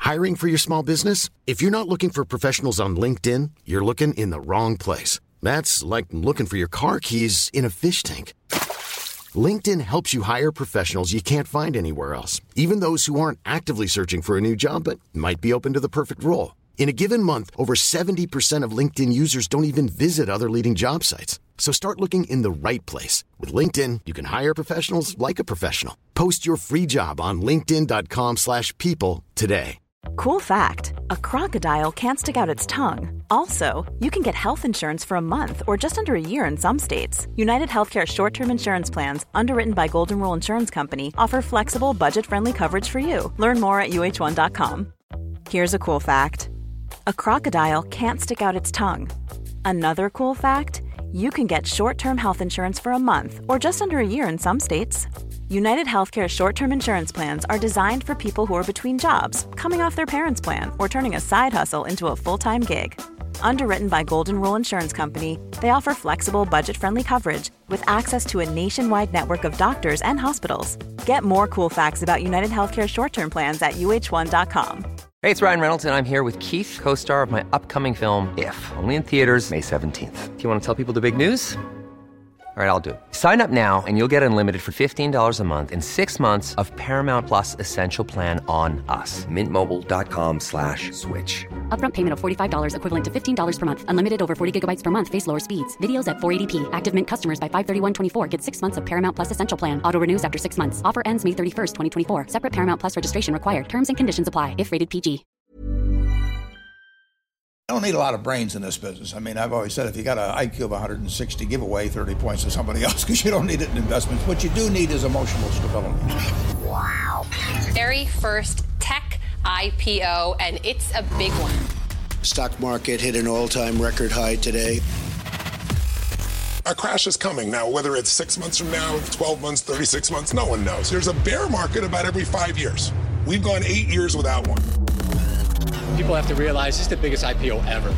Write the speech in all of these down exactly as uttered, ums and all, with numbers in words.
Hiring for your small business? If you're not looking for professionals on LinkedIn, you're looking in the wrong place. That's like looking for your car keys in a fish tank. LinkedIn helps you hire professionals you can't find anywhere else, even those who aren't actively searching for a new job but might be open to the perfect role. In a given month, over seventy percent of LinkedIn users don't even visit other leading job sites. So start looking in the right place. With LinkedIn, you can hire professionals like a professional. Post your free job on linkedin dot com slash people today. Cool fact, a crocodile can't stick out its tongue. Also, you can get health insurance for a month or just under a year in some states. United Healthcare short-term insurance plans, underwritten by Golden Rule Insurance Company, offer flexible, budget-friendly coverage for you. Learn more at U H one dot com. Here's a cool fact. A crocodile can't stick out its tongue. Another cool fact, you can get short-term health insurance for a month or just under a year in some states. United Healthcare short-term insurance plans are designed for people who are between jobs, coming off their parents' plan, or turning a side hustle into a full-time gig. Underwritten by Golden Rule Insurance Company, they offer flexible, budget-friendly coverage with access to a nationwide network of doctors and hospitals. Get more cool facts about United Healthcare short-term plans at U H one dot com. Hey, it's Ryan Reynolds, and I'm here with Keith, co-star of my upcoming film, If, only in theaters May seventeenth. Do you want to tell people the big news? All right, I'll do it. Sign up now and you'll get unlimited for fifteen dollars a month and six months of Paramount Plus Essential Plan on us. Mint Mobile dot com slash switch. Upfront payment of forty-five dollars equivalent to fifteen dollars per month. Unlimited over forty gigabytes per month. Face lower speeds. Videos at four eighty p. Active Mint customers by five thirty-one twenty-four get six months of Paramount Plus Essential Plan. Auto renews after six months. Offer ends May thirty-first, twenty twenty-four. Separate Paramount Plus registration required. Terms and conditions apply if rated P G. I don't need a lot of brains in this business. I mean, I've always said if you got an I Q of one hundred sixty, give away thirty points to somebody else because you don't need it in investments. What you do need is emotional stability. Wow. Very first tech I P O, and it's a big one. Stock market hit an all-time record high today. A crash is coming. Now, whether it's six months from now, twelve months, thirty-six months, no one knows. There's a bear market about every five years. We've gone eight years without one. People have to realize this is the biggest I P O ever.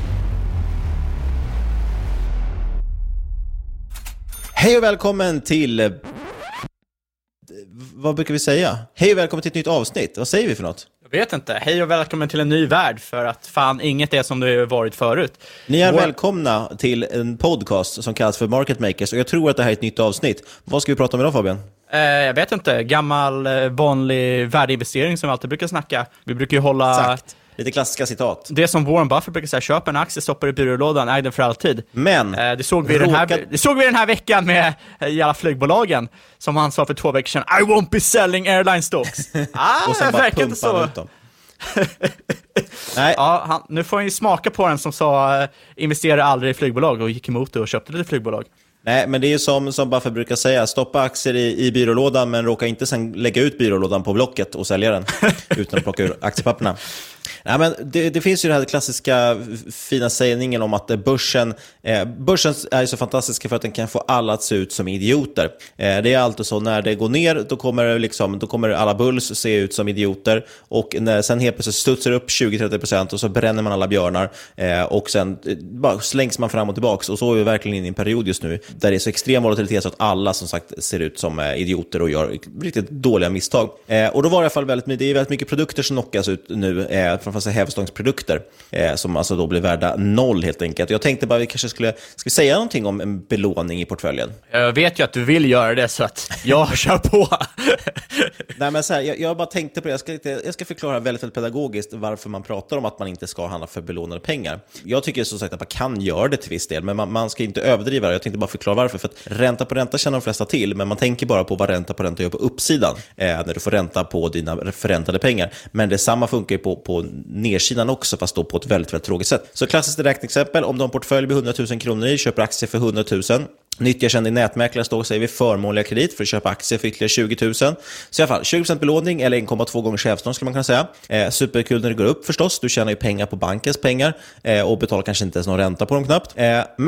Hej och välkommen till... Vad brukar vi säga? Hej och välkommen till ett nytt avsnitt. Vad säger vi för något? Jag vet inte. Hej och välkommen till en ny värld, för att fan inget är som det har varit förut. Ni är Vår... välkomna till en podcast som kallas för Market Makers, och jag tror att det här är ett nytt avsnitt. Vad ska vi prata om idag, Fabian? Eh, jag vet inte. Gammal, eh, vanlig värdeinvestering som vi alltid brukar snacka. Vi brukar ju hålla... Exakt. Lite klassiska citat. Det som Warren Buffett brukar säga, köp en aktie, stoppa i byrålådan, äg den för alltid. Men eh, det, såg vi råkad... den här, det såg vi den här veckan med eh, alla flygbolagen som han sa för två veckor sedan, I won't be selling airline stocks. ah, och sen bara verkar inte så. Nej. Ja, han, nu får han ju smaka på den som sa eh, investera aldrig i flygbolag, och gick emot det och köpte lite flygbolag. Nej, men det är ju som, som Buffett brukar säga, stoppa aktier i, i byrålådan, men råka inte sen lägga ut byrålådan på Blocket och sälja den utan att plocka ur aktiepapperna. Nej, men det, det finns ju den här klassiska fina sägningen om att börsen, eh, börsen är så fantastisk för att den kan få alla att se ut som idioter. Eh, det är alltid så, när det går ner då kommer, liksom, då kommer alla bulls se ut som idioter, och när, sen helt plötsligt studsar upp tjugo till trettio procent och så bränner man alla björnar, eh, och sen eh, bara slängs man fram och tillbaks, och så är vi verkligen inne i en period just nu där det är så extrem volatilitet så att alla som sagt ser ut som eh, idioter och gör riktigt dåliga misstag. Eh, och då var det i alla fall väldigt, det är väldigt mycket produkter som knockas ut nu, eh, framförallt hävstångsprodukter eh, som alltså då blir värda noll helt enkelt. Jag tänkte bara vi kanske skulle, ska vi säga någonting om en belåning i portföljen? Jag vet ju att du vill göra det, så att jag kör på. Nej, men så här, jag, jag bara tänkte på det. Jag ska, jag ska förklara väldigt, väldigt pedagogiskt varför man pratar om att man inte ska handla för belånade pengar. Jag tycker som sagt att man kan göra det till viss del, men man, man ska inte överdriva det. Jag tänkte bara förklara varför. För att ränta på ränta känner de flesta till, men man tänker bara på vad ränta på ränta gör på uppsidan eh, när du får ränta på dina förräntade pengar. Men detsamma funkar ju på, på nedsidan också, fast då på ett väldigt, väldigt tråkigt sätt. Så klassiskt räkneexempel, om du har en portfölj med hundra tusen kronor i, köper aktier för hundra tusen. Nyttjar sen din nätmäklare, så säger vi förmånliga kredit för att köpa aktier för ytterligare tjugo tusen. Så i alla fall tjugo procent belåning eller en komma två gånger chefstånd skulle man kunna säga. Eh, superkul när det går upp förstås. Du tjänar ju pengar på bankens pengar eh, och betalar kanske inte ens någon ränta på dem knappt. Eh, men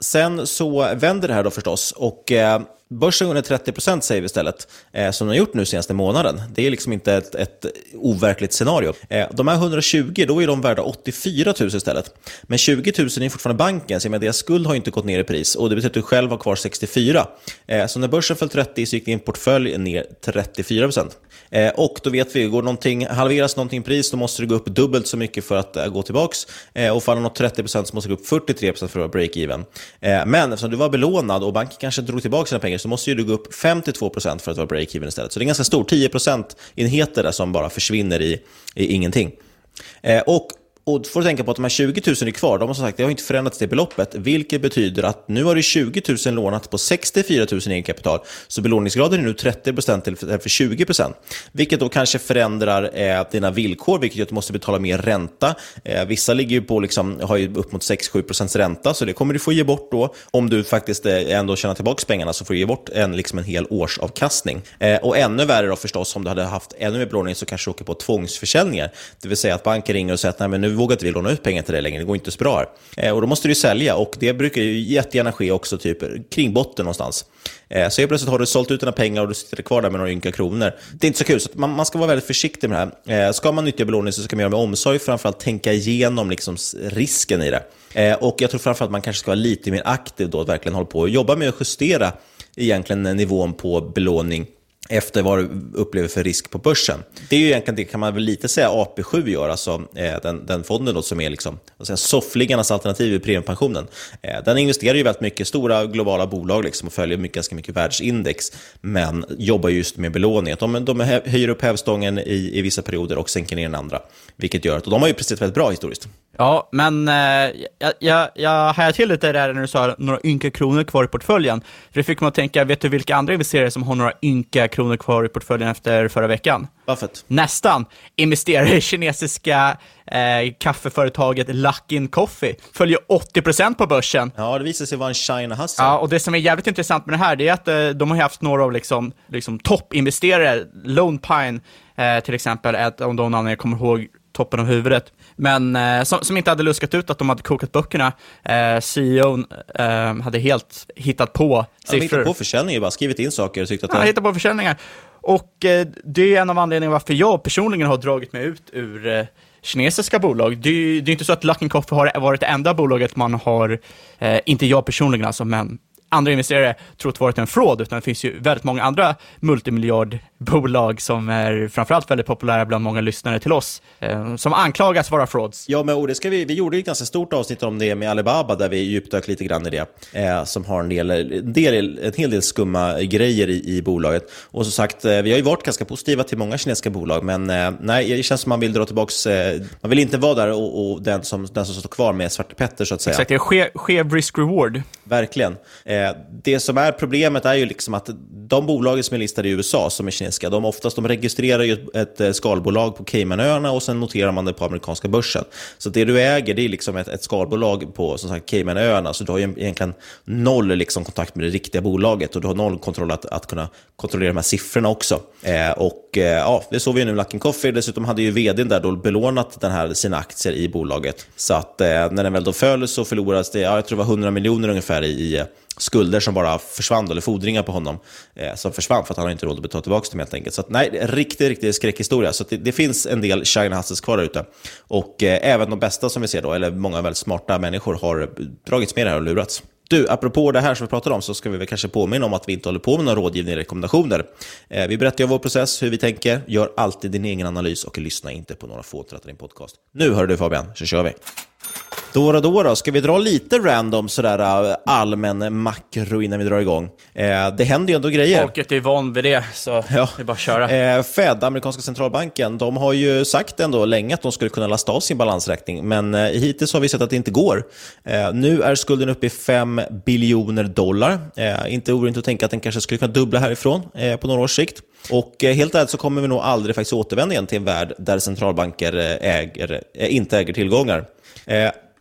Sen så vänder det här då förstås och eh, börsen går ner trettio procent säger vi istället, eh, som den har gjort nu senaste månaden. Det är liksom inte ett, ett overkligt scenario. Eh, de här hundratjugo, då är de värda åttiofyra tusen istället. Men tjugo tusen är fortfarande banken, så deras skuld har inte gått ner i pris och det betyder att du själv har kvar sextiofyra. Eh, så när börsen föll trettio så gick din portfölj ner trettiofyra procent. Eh, och då vet vi, går någonting, halveras någonting i pris, då måste det gå upp dubbelt så mycket för att eh, gå tillbaks. Eh, och faller något trettio procent så måste det gå upp fyrtiotre procent för att vara break-even. Eh, men eftersom du var belånad och banken kanske drog tillbaka sina pengar så måste ju du gå upp femtiotvå procent för att vara break-even istället. Så det är ganska stort, tio procent enheter där som bara försvinner i, i ingenting. Eh, och Och får du tänka på att de här tjugo tusen är kvar, de har som sagt, det har inte förändrats det beloppet, vilket betyder att nu har du tjugo tusen lånat på sextiofyra tusen i kapital, så belåningsgraden är nu trettio procent till för tjugo procent, vilket då kanske förändrar eh, dina villkor, vilket gör att du måste betala mer ränta. Eh, vissa ligger ju på, liksom, har ju upp mot sex till sju procent ränta, så det kommer du få ge bort då. Om du faktiskt eh, ändå tjänar tillbaka pengarna så får du ge bort en, liksom en hel årsavkastning. Eh, och ännu värre då förstås, om du hade haft ännu mer belåning så kanske du åker på tvångsförsäljningar, det vill säga att banken ringer och säger att nej, men nu vågar inte vi låna ut pengar till dig längre, det går inte så bra här. Eh, och då måste du sälja, och det brukar ju jättegärna ske också typ kring botten någonstans. Eh, så helt plötsligt har du sålt ut dina pengar och du sitter kvar där med några ynka kronor. Det är inte så kul, så man, man ska vara väldigt försiktig med det här. Eh, ska man nyttja belåning så ska man göra med omsorg, framförallt tänka igenom liksom risken i det. Eh, och jag tror framförallt att man kanske ska vara lite mer aktiv då, att verkligen hålla på och jobba med att justera egentligen nivån på belåning efter vad du upplever för risk på börsen. Det är ju egentligen, det kan man väl lite säga A P sju gör, alltså eh, den, den fonden då som är liksom soffliggarnas alternativ i premiepensionen. Eh, den investerar ju väldigt mycket stora globala bolag liksom, och följer mycket, ganska mycket världsindex, men jobbar just med belåning. De, de höjer upp hävstången i, i vissa perioder och sänker ner den andra, vilket gör att, och de har ju presterat väldigt bra historiskt. Ja, men eh, jag, jag, jag hajade till lite där när du sa några ynka kronor kvar i portföljen. För det fick man att tänka, vet du vilka andra investerare som har några ynka kronor kvar i portföljen efter förra veckan? Buffett. Nästan. Investerare i kinesiska eh, kaffeföretaget Luckin Coffee följer åttio procent på börsen. Ja, det visar sig vara en China hustle. Ja, och det som är jävligt intressant med det här, det är att eh, de har haft några av liksom, liksom toppinvesterare. Lone Pine eh, till exempel, ett av de namn jag kommer ihåg toppen av huvudet, men eh, som, som inte hade luskat ut att de hade kokat böckerna. Eh, C E O eh, hade helt hittat på siffror. Ja, hittat på försäljningar, bara skrivit in saker och tyckt att ja, det... hittat på försäljningar. Och eh, det är en av anledningarna varför jag personligen har dragit mig ut ur eh, kinesiska bolag. Det är, det är inte så att Luckin Coffee har varit det enda bolaget man har, eh, inte jag personligen alltså, men andra investerare tror att det varit en fraud, utan det finns ju väldigt många andra multimiljardbolag som är framförallt väldigt populära bland många lyssnare till oss, eh, som anklagas vara frauds. Ja, men det ska vi, vi gjorde ju ett ganska stort avsnitt om det med Alibaba, där vi djupdök lite grann i det, eh, som har en, del, en, del, en hel del skumma grejer i, i bolaget. Och som sagt, eh, vi har ju varit ganska positiva till många kinesiska bolag, men eh, nej, det känns som man vill dra tillbaks, eh, man vill inte vara där och, och den, som, den som står kvar med Svarte Petter, så att säga. Exakt, det är skev, skev risk-reward. Verkligen. Eh, det som är problemet är ju liksom att de bolag som är listade i U S A som är kinesiska, de oftast de registrerar ju ett, ett skalbolag på Caymanöarna och sen noterar man det på amerikanska börsen. Så det du äger, det är liksom ett, ett skalbolag på, som sagt, Caymanöarna, så du har ju egentligen noll liksom kontakt med det riktiga bolaget, och du har noll kontroll att, att kunna kontrollera de här siffrorna också. Eh, och eh, ja, det såg vi ju nu Luckin Coffee. Dessutom hade ju vdn där då belånat den här, sina aktier i bolaget. Så att eh, när den väl då föll så förlorades det, ja, jag tror det var hundra miljoner ungefär i, i skulder som bara försvann, eller fordringar på honom eh, som försvann för att han inte råd att betala tillbaka dem helt enkelt. Så att, nej, riktigt, riktigt skräckhistoria. Så att det, det finns en del China hustles kvar där ute. Och eh, även de bästa som vi ser då, eller många väldigt smarta människor, har dragits med det här och lurats. Du, apropå det här som vi pratade om, så ska vi väl kanske påminna om att vi inte håller på med några rådgivning eller rekommendationer. Eh, vi berättar ju om vår process, hur vi tänker, gör alltid din egen analys och lyssna inte på några få trattar i en podcast. Nu hör du Fabian, så kör vi. Då och då, då ska vi dra lite random sådär allmän makro innan vi drar igång. Eh, det händer ju ändå grejer. Folket är van vid det, så ja. Det är bara att köra. Eh, Fed, amerikanska centralbanken, de har ju sagt ändå länge att de skulle kunna lasta av sin balansräkning, men eh, hittills har vi sett att det inte går. Eh, nu är skulden uppe i fem biljoner dollar. Eh, inte orimligt att tänka att den kanske skulle kunna dubbla härifrån eh, på några års sikt. Och eh, helt ärligt så kommer vi nog aldrig faktiskt återvända igen till en värld där centralbanker äger, eh, inte äger tillgångar. Eh,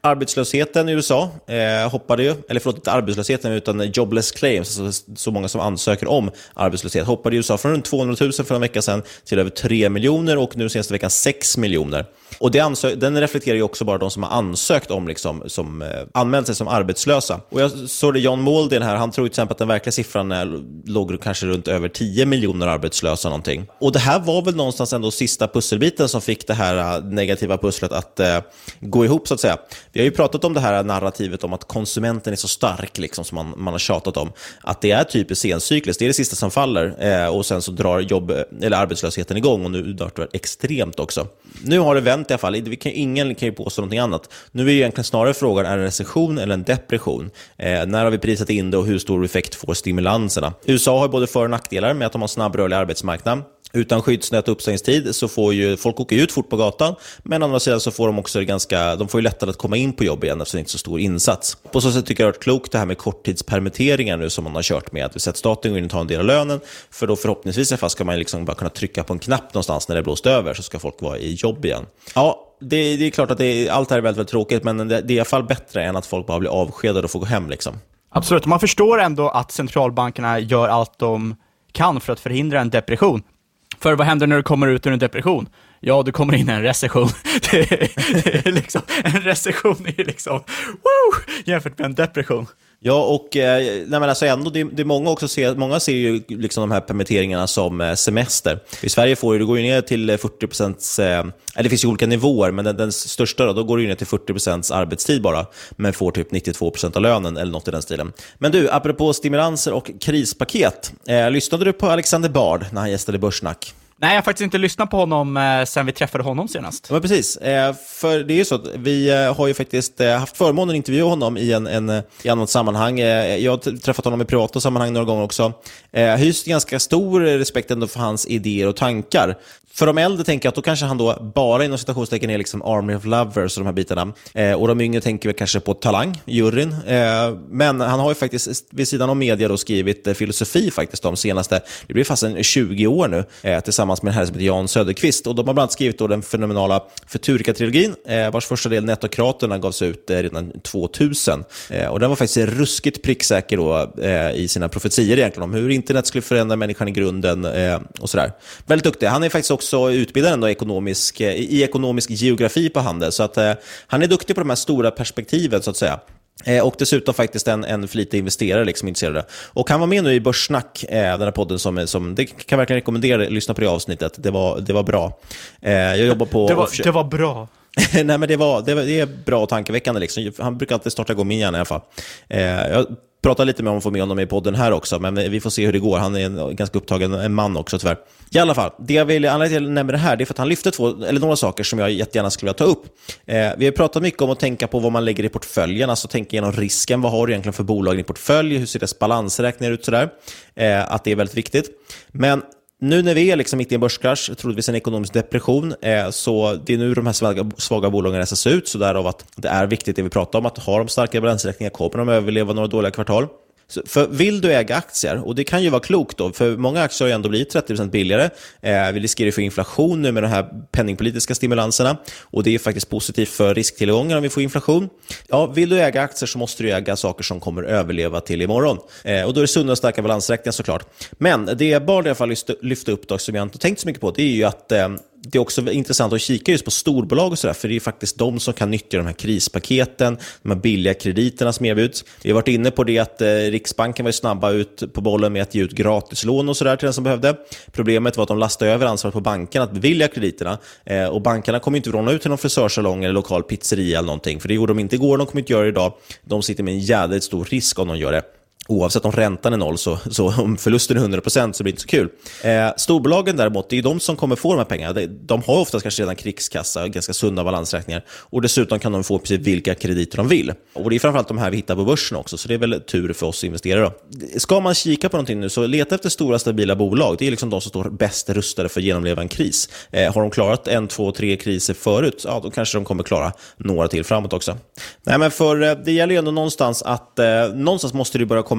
Arbetslösheten i U S A eh, hoppade ju, eller förlåt inte arbetslösheten utan jobless claims, alltså så många som ansöker om arbetslöshet, hoppade i U S A från runt tvåhundratusen för en vecka sedan till över tre miljoner och nu senaste veckan sex miljoner. Och det ansö- den reflekterar ju också bara de som har ansökt om, liksom, som eh, anmält sig som arbetslösa. Och jag såg det John Molden här, han tror till exempel att den verkliga siffran är, låg kanske runt över tio miljoner arbetslösa någonting. Och det här var väl någonstans ändå sista pusselbiten som fick det här uh, negativa pusslet att uh, gå ihop så att säga. Vi har ju pratat om det här narrativet om att konsumenten är så stark liksom, som man, man har tjatat om. Att det är typiskt sencykliskt, det är det sista som faller eh, och sen så drar jobb, eller arbetslösheten igång och nu drar det extremt också. Nu har det vänt i alla fall, vi kan, ingen kan ju påstå någonting annat. Nu är ju egentligen snarare frågan, är det en recession eller en depression? Eh, när har vi prisat in det och hur stor effekt får stimulanserna? U S A har både för- och nackdelar med att de har snabbrörlig arbetsmarknad. Utan skyddsnät och uppsägningstid så får ju folk åka ut fort på gatan, men å andra sidan så får de också ganska, de får ju lättare att komma in på jobb igen eftersom det inte är så stor insats. På så sätt tycker jag det är klokt det här med korttidspermitteringar nu som man har kört med, att vi sätter staten går in och tar en del av lönen, för då förhoppningsvis i alla fall ska man liksom bara kunna trycka på en knapp någonstans när det blåst över så ska folk vara i jobb igen. Ja, det, det är klart att det är, allt här är väldigt, väldigt tråkigt, men det, det är i alla fall bättre än att folk bara blir avskedade och får gå hem liksom. Absolut, man förstår ändå att centralbankerna gör allt de kan för att förhindra en depression. För vad händer när du kommer ut ur en depression? Ja, du kommer in i en recession. Det är, det är liksom, en recession är liksom woo, jämfört med en depression. Ja, och eh, nej men alltså ändå, det, det är många också ser, många ser ju liksom de här permitteringarna som eh, semester. I Sverige får det går ju ner till fyrtio procent, eh, det finns ju olika nivåer, men den, den största då, då går det ju ner till fyrtio procent arbetstid bara, men får typ nittiotvå procent av lönen eller något i den stilen. Men du, apropå stimulanser och krispaket, eh, lyssnade du på Alexander Bard när han gästade Börssnack? Nej, jag har faktiskt inte lyssnat på honom eh, sen vi träffade honom senast. Ja, precis. Eh, för det är ju så att vi eh, har ju faktiskt eh, haft förmånen att intervjua honom i en, en, i annat sammanhang. Eh, jag har träffat honom i privata sammanhang några gånger också. Eh, hyst ganska stor respekt ändå för hans idéer och tankar. För de äldre tänker jag att då kanske han då bara inom citationstecken är liksom Army of Lovers och de här bitarna. Eh, och de yngre tänker väl kanske på talang, juryn. Eh, men han har ju faktiskt vid sidan av media då skrivit eh, filosofi faktiskt de senaste, det blir fast en tjugo år nu, eh, tillsammans med den här som heter Jan Söderqvist. Och de har bland annat skrivit då den fenomenala Futurika-trilogin, eh, vars första del Netokraterna gavs ut eh, redan tvåtusen. Eh, och den var faktiskt ruskigt pricksäker då eh, i sina profetier egentligen om hur internet skulle förändra människan i grunden eh, och sådär. Väldigt duktig. Han är faktiskt också också utbildad ändå ekonomisk, i ekonomisk geografi på Handel. Så att eh, han är duktig på de här stora perspektiven så att säga. Eh, och dessutom faktiskt en, en flitig investerare liksom intresserade. Och han var med nu i Börssnack, eh, den här podden som, som det kan verkligen rekommendera, lyssna på det avsnittet. Det var, det var bra. Eh, jag jobbar på... Det var, det var bra. Nej, men det, var, det, var, det är bra och tankeväckande liksom. Han brukar alltid starta igång min hjärna i alla fall. Eh, jag pratar lite med om att få med honom i podden här också, men vi får se hur det går. Han är en ganska upptagen en man också tyvärr. I alla fall, det jag vill anledning till att nämna det här, det är för att han lyfte två, eller några saker som jag jättegärna skulle vilja ta upp. Eh, vi har pratat mycket om att tänka på vad man lägger i portföljen, alltså tänka igenom risken. Vad har du egentligen för bolag i portfölj? Hur ser dess balansräkningar ut sådär? Eh, att det är väldigt viktigt. Men nu när vi är liksom mitt i en börskrasch, troligtvis en ekonomisk depression, eh, så det är nu de här svaga, svaga bolagen reses ut, så därav att det är viktigt det vi pratar om, att ha de starka balansräkningar, kommer de överleva några dåliga kvartal. Så för vill du äga aktier, och det kan ju vara klokt då, för många aktier har ju ändå blivit trettio procent billigare. Eh, vi riskerar ju för inflation nu med de här penningpolitiska stimulanserna, och det är faktiskt positivt för risktillgångar om vi får inflation. Ja, vill du äga aktier så måste du äga saker som kommer överleva till imorgon. Eh, och då är det sunda och starka balansräkningar såklart. Men det jag bara i alla fall lyfta, lyfta upp då, som jag inte tänkt så mycket på, det är ju att eh, det är också intressant att kika just på storbolag och sådär, för det är faktiskt de som kan nyttja de här krispaketen, de här billiga krediterna som erbjuds. Vi har varit inne på det att eh, Riksbanken var ju snabba ut på bollen med att ge ut gratislån och sådär till den som behövde. Problemet var att de lastade över ansvaret på bankerna att bevilja krediterna, eh, och bankerna kommer inte råna ut till någon frisörsalong eller lokal pizzeria eller någonting, för det gjorde de inte igår, de kommer inte göra det idag. De sitter med en jävligt stor risk om de gör det. Oavsett om räntan är noll, så, så om förlusten är hundra procent så blir det inte så kul. Eh, storbolagen däremot, det är de som kommer få de här pengarna. De, de har oftast kanske redan krigskassa, ganska sunda balansräkningar. Och dessutom kan de få precis vilka krediter de vill. Och det är framförallt de här vi hittar på börsen också, så det är väl tur för oss investerare. Ska man kika på någonting nu, så leta efter stora stabila bolag. Det är liksom de som står bäst rustade för att genomleva en kris. Eh, har de klarat en, två, tre kriser förut, ja då kanske de kommer klara några till framåt också. Nej, men för eh, det gäller ju ändå någonstans att eh, någonstans måste det börja komma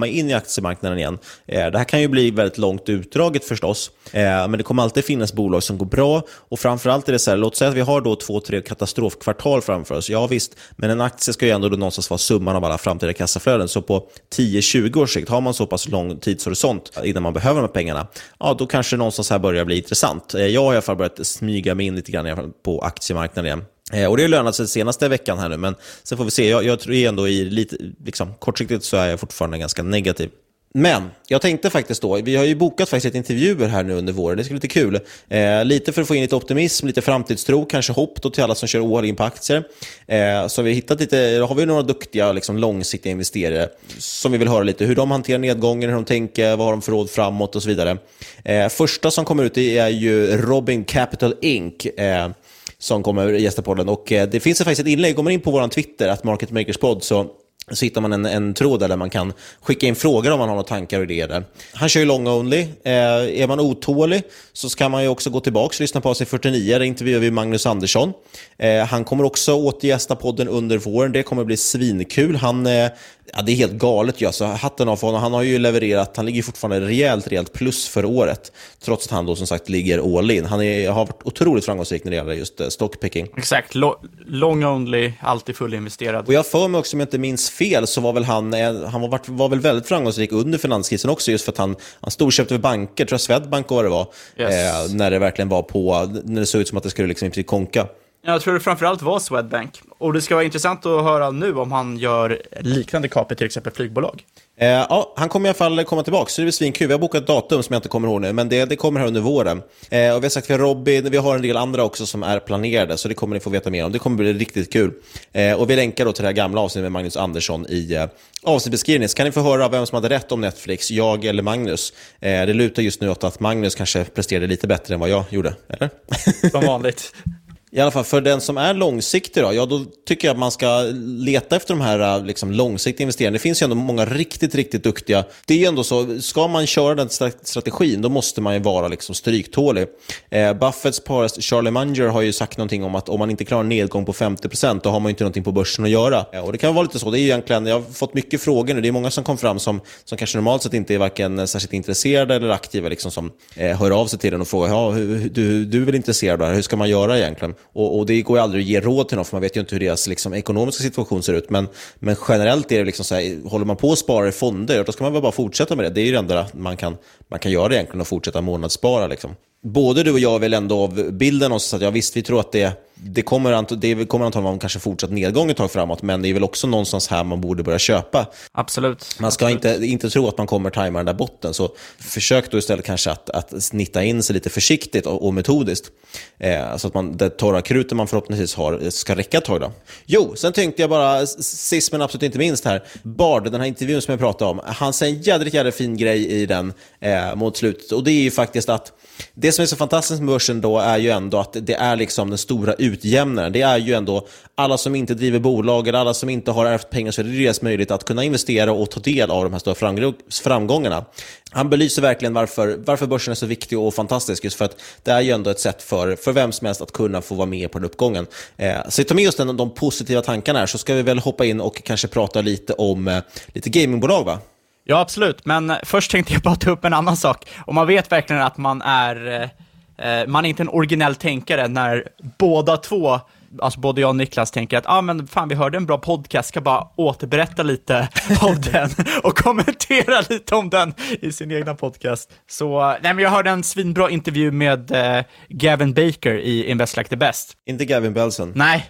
komma in i aktiemarknaden igen. Eh, det här kan ju bli väldigt långt utdraget förstås, eh, men det kommer alltid finnas bolag som går bra, och framförallt är det så här, låt säga att vi har då två, tre katastrofkvartal framför oss. Ja visst, men en aktie ska ju ändå då någonstans vara summan av alla framtida kassaflöden, så på tio tjugo års sikt har man så pass lång tidshorisont innan man behöver de här pengarna, ja då kanske någonstans här börjar bli intressant. Eh, jag har i alla fall börjat smyga mig in lite grann i alla fall på aktiemarknaden igen. Eh, och det har lönat sig senaste veckan här nu, men sen får vi se. Jag, jag tror ändå i lite, liksom, kortsiktigt så är jag fortfarande ganska negativ. Men jag tänkte faktiskt då, vi har ju bokat faktiskt ett intervjuer här nu under våren, det ska bli lite kul. Eh, lite för att få in lite optimism, lite framtidstro, kanske hopp då till alla som kör all in på aktier. Eh, så vi har hittat lite, har vi några duktiga liksom, långsiktiga investerare som vi vill höra lite hur de hanterar nedgången, hur de tänker, vad har de för råd framåt och så vidare. Eh, första som kommer ut är ju Robin Capital Incorporated. Eh, som kommer gästa podden, och eh, det finns faktiskt ett inlägg, går man in på våran Twitter att Market Makers Pod, så så hittar man en, en tråd där man kan skicka in frågor om man har några tankar och idéer där. Han kör ju long only. Eh, är man otålig så ska man ju också gå tillbaka och lyssna på A C fyrtionio. Där intervjuar vi Magnus Andersson. Eh, han kommer också återgästa podden under våren. Det kommer bli svinkul. Han, eh, ja, det är helt galet. Ja. Så hatten av för honom. Han har ju levererat, han ligger fortfarande rejält, rejält plus för året. Trots att han då som sagt ligger all in. Han är, har varit otroligt framgångsrik när det gäller just eh, stockpicking. Exakt, Lo- long only, alltid fullinvesterad. Och jag för mig också, om jag inte minns fel, så var väl han, han var, var väl väldigt framgångsrik under finanskrisen också, just för att han, han storköpte banker, tror jag Swedbank och vad det var, yes. eh, när det verkligen var på, när det såg ut som att det skulle liksom inte konka. Jag tror det framförallt var Swedbank. Och det ska vara intressant att höra nu om han gör liknande kapet till exempel flygbolag. Eh, ja, han kommer i alla fall komma tillbaka, så det blir svinkul. Vi har bokat ett datum som jag inte kommer ihåg nu, men det, det kommer här under våren. Eh, och vi har sagt för Robin, vi har en del andra också som är planerade, så det kommer ni få veta mer om. Det kommer bli riktigt kul. Eh, och vi länkar då till det här gamla avsnittet med Magnus Andersson i eh, avsnittbeskrivningen. Så kan ni få höra vem som hade rätt om Netflix, jag eller Magnus. Eh, det lutar just nu åt att Magnus kanske presterade lite bättre än vad jag gjorde, eller? Som vanligt. I alla fall för den som är långsiktig då, ja då tycker jag att man ska leta efter de här liksom, långsiktiga investeringarna. Det finns ju ändå många riktigt, riktigt duktiga. Det är ju ändå så, ska man köra den strategin, då måste man ju vara liksom stryktålig. Eh, Buffetts parast Charlie Munger har ju sagt någonting om att om man inte klarar en nedgång på femtio procent, då har man ju inte någonting på börsen att göra. Eh, och det kan vara lite så, det är ju egentligen, jag har fått mycket frågor nu, det är många som kom fram som, som kanske normalt sett inte är varken särskilt intresserade eller aktiva, liksom, som eh, hör av sig till den och frågar, ja, hur, du, du är väl intresserad där, hur ska man göra egentligen? Och, och det går ju aldrig att ge råd till någon, för man vet ju inte hur deras liksom, ekonomiska situation ser ut. Men, men generellt är det liksom så här, håller man på att spara i fonder, då ska man väl bara fortsätta med det. Det är ju det enda man kan, man kan göra egentligen, att fortsätta månadsspara. Liksom. Både du och jag är väl ändå av bilden också, så att ja, visst, vi tror att det, det kommer ant- det kommer antagligen vara kanske fortsatt nedgång ett tag framåt, men det är väl också någonstans här man borde börja köpa. Absolut. Man ska Absolut. Inte, inte tro att man kommer tajma den där botten, så försök då istället kanske att, att snitta in sig lite försiktigt och, och metodiskt, eh, så att man, det torra kruten man förhoppningsvis har ska räcka ett tag då. Jo, sen tänkte jag bara, sist men absolut inte minst här, Bard, den här intervjun som jag pratade om, han säger en jädrigt, jädrigt fin grej i den eh, mot slutet, och det är ju faktiskt att det som är så fantastiskt med börsen då är ju ändå att det är liksom den stora utjämnaren. Det är ju ändå alla som inte driver bolag eller alla som inte har ärvt pengar, så är det deras möjlighet att kunna investera och ta del av de här stora framgångarna. Han belyser verkligen varför, varför börsen är så viktig och fantastisk, just för att det är ju ändå ett sätt för, för vem som helst att kunna få vara med på den uppgången. Eh, så ta med oss den, de positiva tankarna här, så ska vi väl hoppa in och kanske prata lite om eh, lite gamingbolag, va? Ja, absolut. Men först tänkte jag bara ta upp en annan sak. Och man vet verkligen att man är eh, man är inte en originell tänkare när båda två, alltså både jag och Niklas, tänker att ah, men fan, vi hörde en bra podcast, ska bara återberätta lite om den och kommentera lite om den i sin egna podcast. Så nej, men jag hörde en svinbra intervju med eh, Gavin Baker i Invest Like the Best. Inte Gavin Belson. Nej,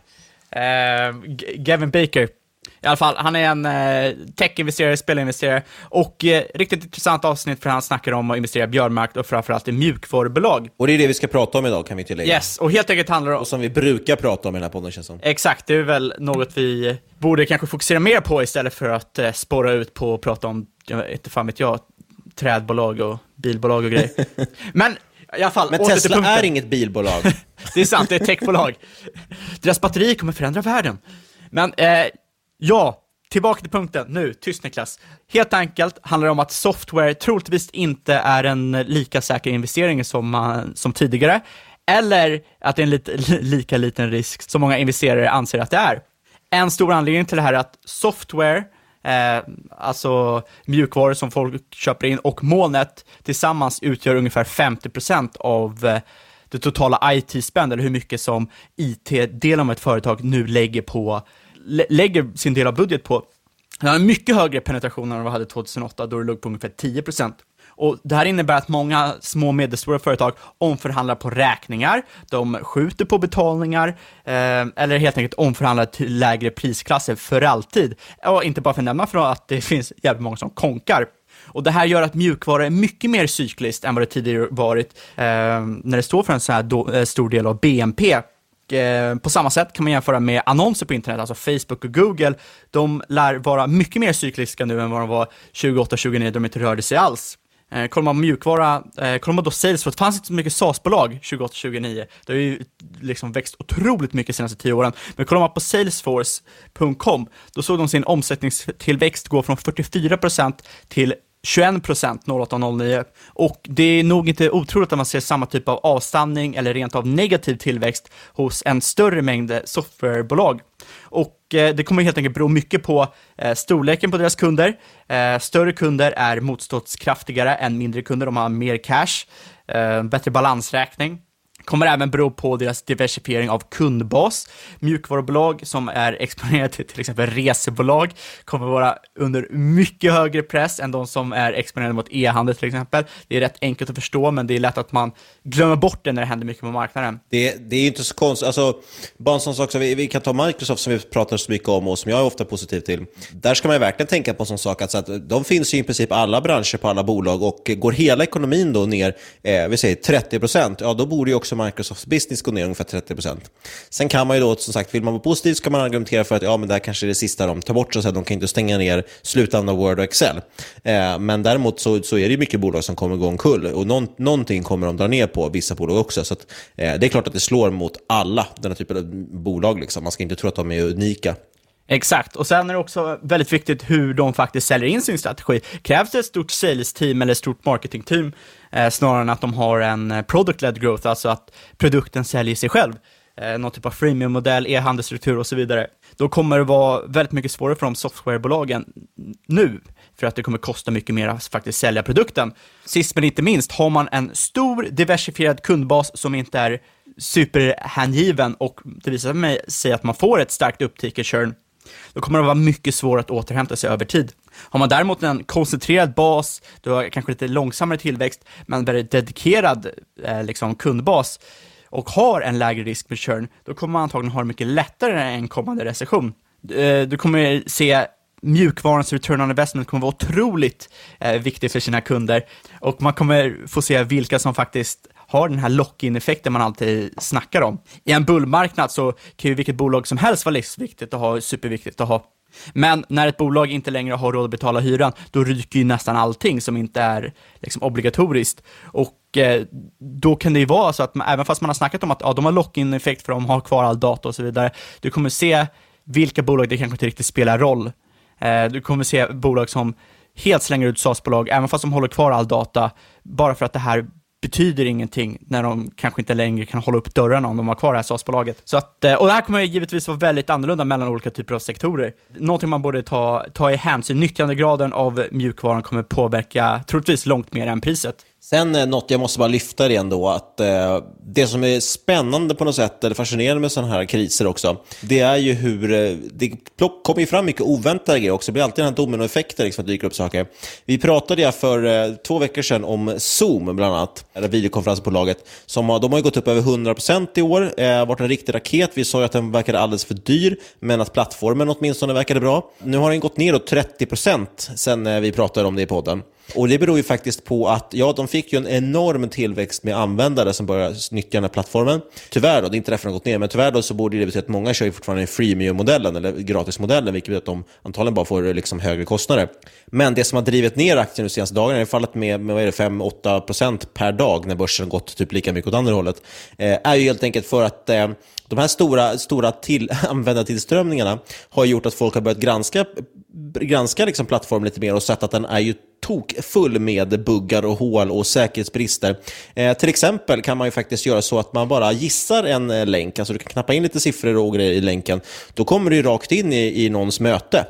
eh, G- Gavin Baker. I alla fall, han är en eh, tech-investerare, spelinvesterare, och eh, riktigt intressant avsnitt, för han snackar om att investera i björnmarknad och framförallt i mjukvarubolag. Och det är det vi ska prata om idag, kan vi tillägga. Yes, och helt enkelt handlar det om... Och som vi brukar prata om i den här podden, känns som. Exakt, det är väl något vi borde kanske fokusera mer på istället för att eh, spåra ut på att prata om, jag vet inte fan vet jag, trädbolag och bilbolag och grejer. Men i alla fall, Men Tesla är inget bilbolag. Det är sant, det är ett techbolag. Deras batteri kommer förändra världen. Men... Eh, Ja, tillbaka till punkten. Nu, tyst Niklas. Helt enkelt handlar det om att software troligtvis inte är en lika säker investering som, som tidigare. Eller att det är en lit, lika liten risk som många investerare anser att det är. En stor anledning till det här är att software eh, alltså mjukvaror som folk köper in, och molnet tillsammans utgör ungefär femtio procent av eh, det totala I T-spend, eller hur mycket som I T-delen av ett företag nu lägger på lä- lägger sin del av budget på. Det har en mycket högre penetration än vad vi hade tjugohundraåtta, då det låg på ungefär tio procent. Och det här innebär att många små och medelstora företag omförhandlar på räkningar, de skjuter på betalningar eh, eller helt enkelt omförhandlar till lägre prisklasser för alltid. Och inte bara för att nämna för att det finns jävligt många som konkar. Och det här gör att mjukvara är mycket mer cykliskt än vad det tidigare varit eh, när det står för en så här do, eh, stor del av B N P. Eh, på samma sätt kan man jämföra med annonser på internet, alltså Facebook och Google. De lär vara mycket mer cykliska nu än vad de var tjugoåtta tjugonio, då de inte rörde sig alls. Eh, kollar man mjukvara, eh, kollar man då Salesforce, det fanns inte så mycket SaaS-bolag tjugoåtta tjugonio. Det har ju liksom växt otroligt mycket de senaste tio åren. Men kollar man på salesforce punkt com, då såg de sin omsättningstillväxt gå från fyrtiofyra procent till tjugoen procent noll åtta noll nio, och det är nog inte otroligt att man ser samma typ av avstanning eller rent av negativ tillväxt hos en större mängd softwarebolag. Och eh, det kommer helt enkelt bero mycket på eh, storleken på deras kunder. Eh, större kunder är motståndskraftigare än mindre kunder, de har mer cash, eh, bättre balansräkning. Kommer även bero på deras diversifiering av kundbas. Mjukvarubolag som är exponerade till till exempel resebolag kommer vara under mycket högre press än de som är exponerade mot e-handel till exempel. Det är rätt enkelt att förstå, men det är lätt att man glömmer bort det när det händer mycket på marknaden. Det, det är ju inte så konstigt. Alltså, bara en sån sak, så vi, vi kan ta Microsoft som vi pratar så mycket om och som jag är ofta positiv till. Där ska man ju verkligen tänka på en sån sak att, så att de finns ju i princip alla branscher på alla bolag, och går hela ekonomin då ner, eh, vi säger trettio procent, ja då borde ju också Microsofts business går ner ungefär trettio procent. Sen kan man ju då, som sagt, vill man vara positiv så kan man argumentera för att ja, men det här kanske är det sista de tar bort, så att de kan inte stänga ner slutändan av Word och Excel. Eh, men däremot så, så är det ju mycket bolag som kommer gå omkull, och någon, någonting kommer de dra ner på, vissa bolag också. Så att, eh, det är klart att det slår mot alla den här typen av bolag. Liksom. Man ska inte tro att de är unika. Exakt, och sen är det också väldigt viktigt hur de faktiskt säljer in sin strategi. Krävs det ett stort sales-team eller ett stort marketing-team eh, snarare än att de har en product-led growth, alltså att produkten säljer sig själv, eh, någon typ av freemium-modell, e-handelsstruktur och så vidare. Då kommer det vara väldigt mycket svårare för de softwarebolagen nu, för att det kommer kosta mycket mer att faktiskt sälja produkten. Sist men inte minst, har man en stor diversifierad kundbas som inte är superhängiven, och det visar sig att man får ett starkt uppticker churn, då kommer det vara mycket svårt att återhämta sig över tid. Har man däremot en koncentrerad bas, då har kanske lite långsammare tillväxt, men väldigt dedikerad eh, liksom kundbas, och har en lägre risk med churn, då kommer man antagligen ha det mycket lättare än en kommande recession. Eh, du kommer se mjukvarans return on investment kommer vara otroligt eh, viktig för sina kunder, och man kommer få se vilka som faktiskt har den här lock-in-effekten man alltid snackar om. I en bullmarknad så kan ju vilket bolag som helst vara livsviktigt att ha, superviktigt att ha. Men när ett bolag inte längre har råd att betala hyran, då ryker ju nästan allting som inte är liksom obligatoriskt. Och eh, då kan det ju vara så att man, även fast man har snackat om att ja, de har lock-in-effekt för de har kvar all data och så vidare, du kommer se vilka bolag det kanske inte riktigt spelar roll. Eh, du kommer se bolag som helt slänger ut SaaS-bolag, även fast de håller kvar all data, bara för att det här betyder ingenting när de kanske inte längre kan hålla upp dörrarna om de har kvar det här SaaS-bolaget. Så att, och det här kommer givetvis vara väldigt annorlunda mellan olika typer av sektorer. Någonting man borde ta, ta i hänsyn. Nyttjandegraden av mjukvaran kommer påverka troligtvis långt mer än priset. Sen eh, något jag måste bara lyfta igen då, att eh, det som är spännande på något sätt, eller fascinerande med sådana här kriser också, det är ju hur eh, det plock, kommer ju fram mycket oväntade grejer också. Det blir alltid den här dominoeffekter liksom, att dyka upp saker. Vi pratade ja för eh, två veckor sedan om Zoom bland annat, eller videokonferensbolaget, som har, de har ju gått upp över hundra procent i år, eh, varit en riktig raket. Vi sa ju att den verkade alldeles för dyr, men att plattformen åtminstone verkade bra. Nu har den gått ner då trettio procent sen eh, vi pratade om det i podden. Och det beror ju faktiskt på att ja, de fick ju en enorm tillväxt med användare som börjar nyttja den här plattformen. Tyvärr då, det är inte därför den har gått ner, men tyvärr då så borde det betyda att många kör ju fortfarande freemium-modellen eller gratismodellen, vilket betyder att de antagligen bara får liksom högre kostnader. Men det som har drivit ner aktien de senaste dagarna är fallet med, med vad är det, fem till åtta procent per dag när börsen har gått typ lika mycket åt andra hållet, eh, är ju helt enkelt för att eh, de här stora, stora till, användartillströmningarna har gjort att folk har börjat granska, granska liksom plattformen lite mer och sett att den är ju tok full med buggar och hål och säkerhetsbrister. Eh, till exempel kan man ju faktiskt göra så att man bara gissar en eh, länk, alltså du kan knappa in lite siffror och grejer i länken, då kommer du ju rakt in i, i någons möte.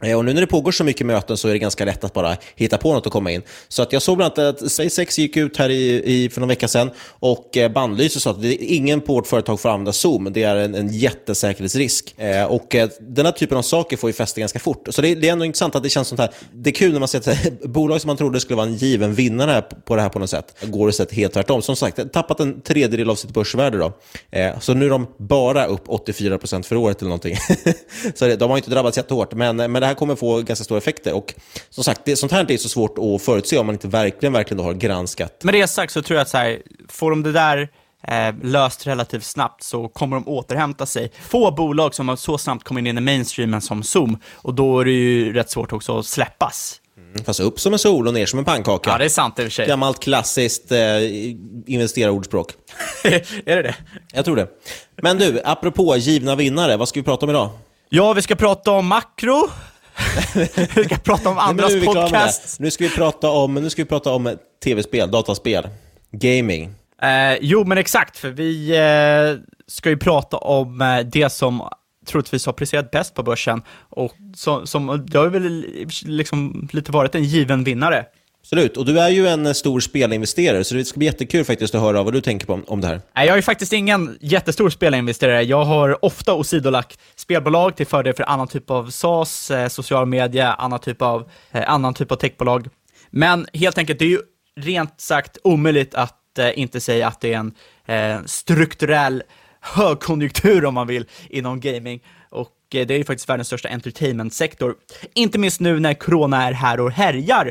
Och nu när det pågår så mycket möten så är det ganska lätt att bara hitta på något och komma in. Så att jag såg bland annat att SpaceX gick ut här i, i, för någon vecka sedan och bandlyser så att det är ingen på vårt företag får använda Zoom. Det är en, en jättesäkerhetsrisk. Eh, och eh, den här typen av saker får ju fästa ganska fort. Så det, det är ändå intressant att det känns sånt här. Det är kul när man ser att bolag som man trodde skulle vara en given vinnare på det här på något sätt går det sätt helt tvärtom. Som sagt, tappat en tredjedel av sitt börsvärde då. Eh, så nu är de bara upp åttiofyra procent för året eller någonting. Så det, de har inte drabbats jättehårt. Men, men det här kommer få ganska stora effekter. Och som sagt, det, sånt här är så svårt att förutse om man inte verkligen, verkligen då har granskat. Med det sagt så tror jag att så här, får de det där eh, löst relativt snabbt så kommer de återhämta sig. Få bolag som har så snabbt kommit in i mainstreamen som Zoom, och då är det ju rätt svårt också att släppas. Mm, fast upp som en sol och ner som en pannkaka. Ja, det är sant i och för sig. Gammalt klassiskt eh, investerarordspråk. Är det det? Jag tror det. Men du, apropå givna vinnare, vad ska vi prata om idag? Ja, vi ska prata om makro. Vi ska prata om andras Nej, nu podcast. Nu ska vi prata om nu ska vi prata om tv-spel, dataspel, gaming. Eh, jo, men exakt, för vi eh, ska ju prata om eh, det som troligtvis har presterat bäst på börsen, och så, som det har väl liksom lite varit en given vinnare. Absolut, och du är ju en stor spelinvesterare, så det ska bli jättekul faktiskt att höra vad du tänker på om, om det här. Nej, jag är faktiskt ingen jättestor spelinvesterare. Jag har ofta åsidolagt spelbolag till fördel för annan typ av SaaS, eh, social media, annan typ av, eh, annan typ av techbolag. Men helt enkelt, det är ju rent sagt omöjligt att eh, inte säga att det är en eh, strukturell högkonjunktur, om man vill, inom gaming. Och eh, det är ju faktiskt världens största entertainmentsektor. Inte minst nu när corona är här och härjar.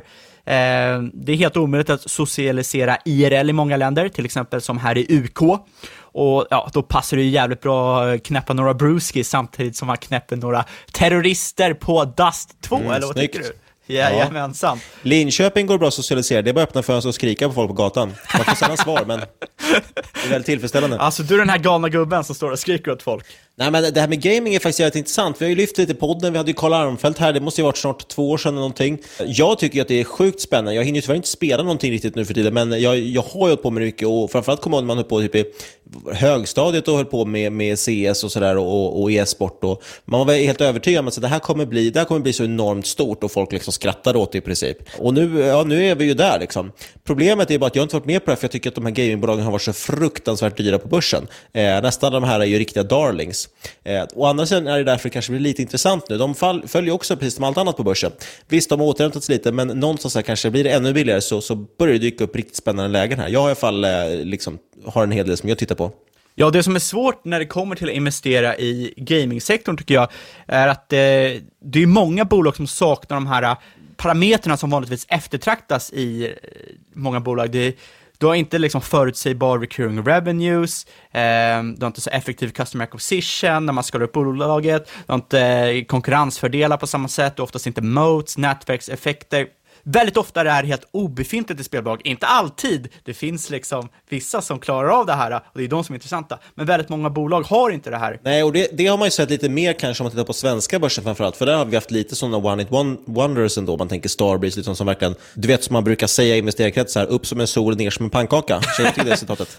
Eh, det är helt omöjligt att socialisera I R L i många länder, till exempel som här i U K. Och ja, då passar det ju jävligt bra att knäppa några brewskis samtidigt som man knäpper några terrorister på Dust två, mm, eller vad snyggt. tycker du? Jajamensan. Ja. Linköping går bra att socialisera. Det är bara att öppna fönster och skrika på folk på gatan. Man får sällan svar, men det är väldigt tillfredsställande. Alltså, du är den här galna gubben som står och skriker åt folk. Nej, men det här med gaming är faktiskt jävligt intressant. Vi har ju lyft lite i podden. Vi hade ju Karl Armfelt här. Det måste ju ha varit snart två år sedan eller någonting. Jag tycker att det är sjukt spännande. Jag hinner ju tyvärr inte spela någonting riktigt nu för tiden, men jag, jag har ju hållit på med mycket, och framförallt kommer man höll på typ i högstadiet och höll på med, med C S och sådär, och, och e-sport. Och man var helt övertygad om att det här kommer bli, det här kommer bli så enormt stort, och folk liksom skrattar åt det i princip. Och nu, ja, nu är vi ju där liksom. Problemet är bara att jag inte varit med på det, för jag tycker att de här gamingbolagen har varit så fruktansvärt dyra på börsen. Eh, nästan de här är ju riktiga darlings. Eh, och andra sidan är det därför det kanske blir lite intressant nu. De fall, följer också precis som allt annat på börsen. Visst, de har återhämtat sig lite, men någonstans här kanske blir det ännu billigare, så, så börjar det dyka upp riktigt spännande lägen här. Jag har i alla fall eh, liksom, har en hel del som jag tittar på. Ja, det som är svårt när det kommer till att investera i gamingsektorn, tycker jag, är att eh, det är många bolag som saknar de här parametrarna som vanligtvis eftertraktas i eh, många bolag. Det, du har inte liksom förutsägbar recurring revenues, eh, du har inte så effektiv customer acquisition när man skalar upp bolaget, du har inte eh, konkurrensfördelar på samma sätt, du har oftast inte moats, nätverkseffekter. Väldigt ofta är det här helt obefintligt i spelbolag. Inte alltid. Det finns liksom vissa som klarar av det här, och det är de som är intressanta. Men väldigt många bolag har inte det här. Nej, och det, det har man ju sett lite mer kanske om man tittar på svenska börsen framförallt. För där har vi haft lite sådana one-hit wonders ändå. Man tänker Starbreeze, liksom som verkligen, du vet som man brukar säga i investerarkretsar, upp som en sol, ner som en pannkaka. Känner du till det citatet?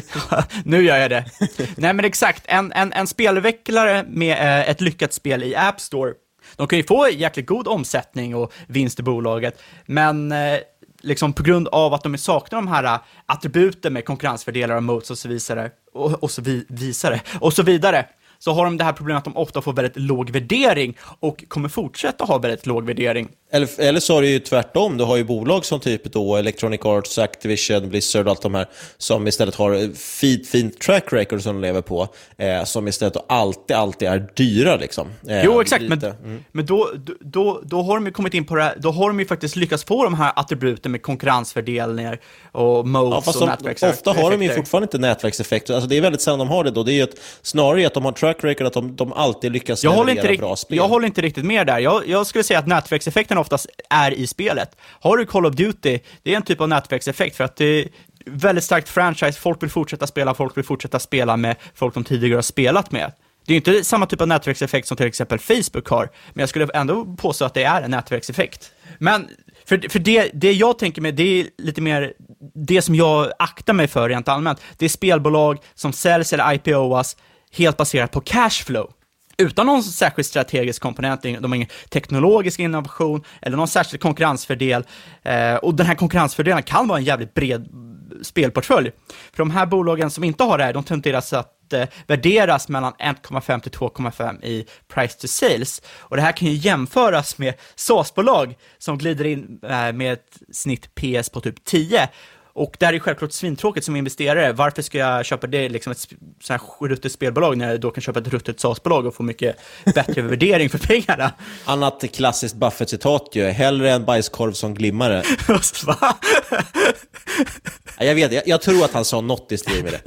Nu gör jag det. Nej, men exakt. En, en, en spelutvecklare med eh, ett lyckat spel i App Store, de kan ju få jäkligt god omsättning och vinst i bolaget, men eh, liksom på grund av att de saknar de här attributen med konkurrensfördelar och moats och så vidare, och, och, så vi, visare, och så vidare, så har de det här problemet att de ofta får väldigt låg värdering och kommer fortsätta ha väldigt låg värdering. Eller, eller så är det ju tvärtom. Du har ju bolag som typ då Electronic Arts, Activision, Blizzard och allt de här, som istället har fint, fint track record som de lever på, eh, som istället alltid, alltid är dyra liksom. Eh, jo, exakt, men, mm. men då, då, då har de ju kommit in på det här, då har de ju faktiskt lyckats få de här attributen med konkurrensfördelningar och moats, ja, och nätverkseffekter. Ofta har de ju fortfarande inte nätverkseffekter. Alltså det är väldigt sällan de har det då. Det är ju ett, snarare att de har track record, att de, de alltid lyckas jag leverera håller bra spel. Jag håller inte riktigt med där. Jag, jag skulle säga att nätverkseffekten oftast är i spelet. Har du Call of Duty, det är en typ av nätverkseffekt, för att det är väldigt starkt franchise, folk vill fortsätta spela, folk vill fortsätta spela med folk de tidigare har spelat med. Det är inte samma typ av nätverkseffekt som till exempel Facebook har, men jag skulle ändå påstå att det är en nätverkseffekt. Men för, för det, det jag tänker med, det är lite mer det som jag aktar mig för rent allmänt. Det är spelbolag som säljs eller I P O:as helt baserat på cashflow. utan någon särskild strategisk komponent. De har ingen teknologisk innovation eller någon särskild konkurrensfördel. Eh, och den här konkurrensfördelen kan vara en jävligt bred spelportfölj. För de här bolagen som inte har det här, de tenderar att eh, värderas mellan ett komma fem till två komma fem i price to sales. Och det här kan ju jämföras med SaaS-bolag som glider in eh, med ett snitt P S på typ tio. Och det här är självklart svintråkigt som investerare. Varför ska jag köpa det, liksom ett sånt här ruttet spelbolag när jag då kan köpa ett ruttet SaaS-bolag och få mycket bättre värdering för pengarna? Annat klassiskt Buffett-citat ju. Hellre en bajskorv som glimmare. Va? Jag vet, jag, jag tror att han sa något i stil med det.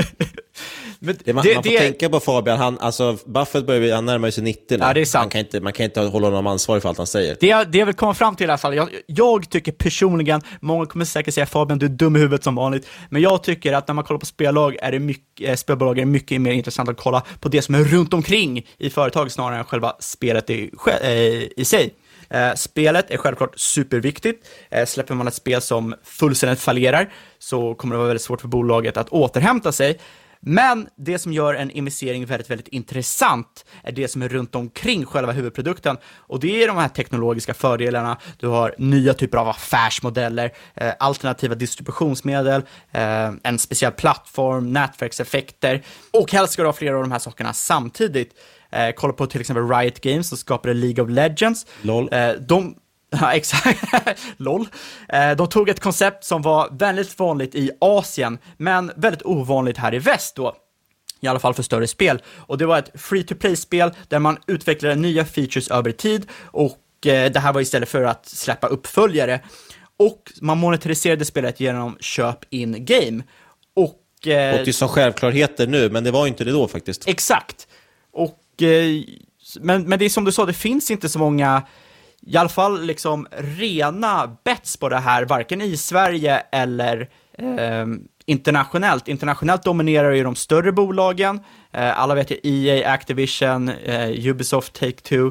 Men det, man, det, man får det... tänka på Fabian, han, alltså Buffett börjar, han närmar sig nittio nu. Ja, det är sant. Man kan inte, man kan inte hålla honom ansvarig för allt han säger. Det, det jag vill komma fram till i alla fall, jag, jag tycker personligen, många kommer säkert säga Fabian, du är dum i huvudet som vanligt, men jag tycker att när man kollar på spelbolag är det mycket, spelbolag är mycket mer intressant att kolla på det som är runt omkring i företaget snarare än själva spelet i, i sig. Eh, spelet är självklart superviktigt. Eh, släpper man ett spel som fullständigt fallerar så kommer det vara väldigt svårt för bolaget att återhämta sig. Men det som gör en investering väldigt, väldigt intressant är det som är runt omkring själva huvudprodukten. Och det är de här teknologiska fördelarna. Du har nya typer av affärsmodeller, eh, alternativa distributionsmedel, eh, en speciell plattform, nätverkseffekter. Och helst ska du ha flera av de här sakerna samtidigt. Eh, kolla på till exempel Riot Games som skapade League of Legends. Lol. Eh, de... Ja, exakt. Lol. Eh, de tog ett koncept som var väldigt vanligt i Asien, men väldigt ovanligt här i väst då. I alla fall för större spel. Och det var ett free-to-play-spel där man utvecklade nya features över tid. Och eh, det här var istället för att släppa uppföljare. Och man monetariserade spelet genom köp in-game. Och, eh, och det är som självklarheter nu, men det var inte det då faktiskt. Exakt. Och, eh, men, men det är som du sa, det finns inte så många... i alla fall liksom rena bets på det här, varken i Sverige eller eh, internationellt. Internationellt dominerar ju de större bolagen. Eh, alla vet ju E A, Activision, eh, Ubisoft, Take-Two.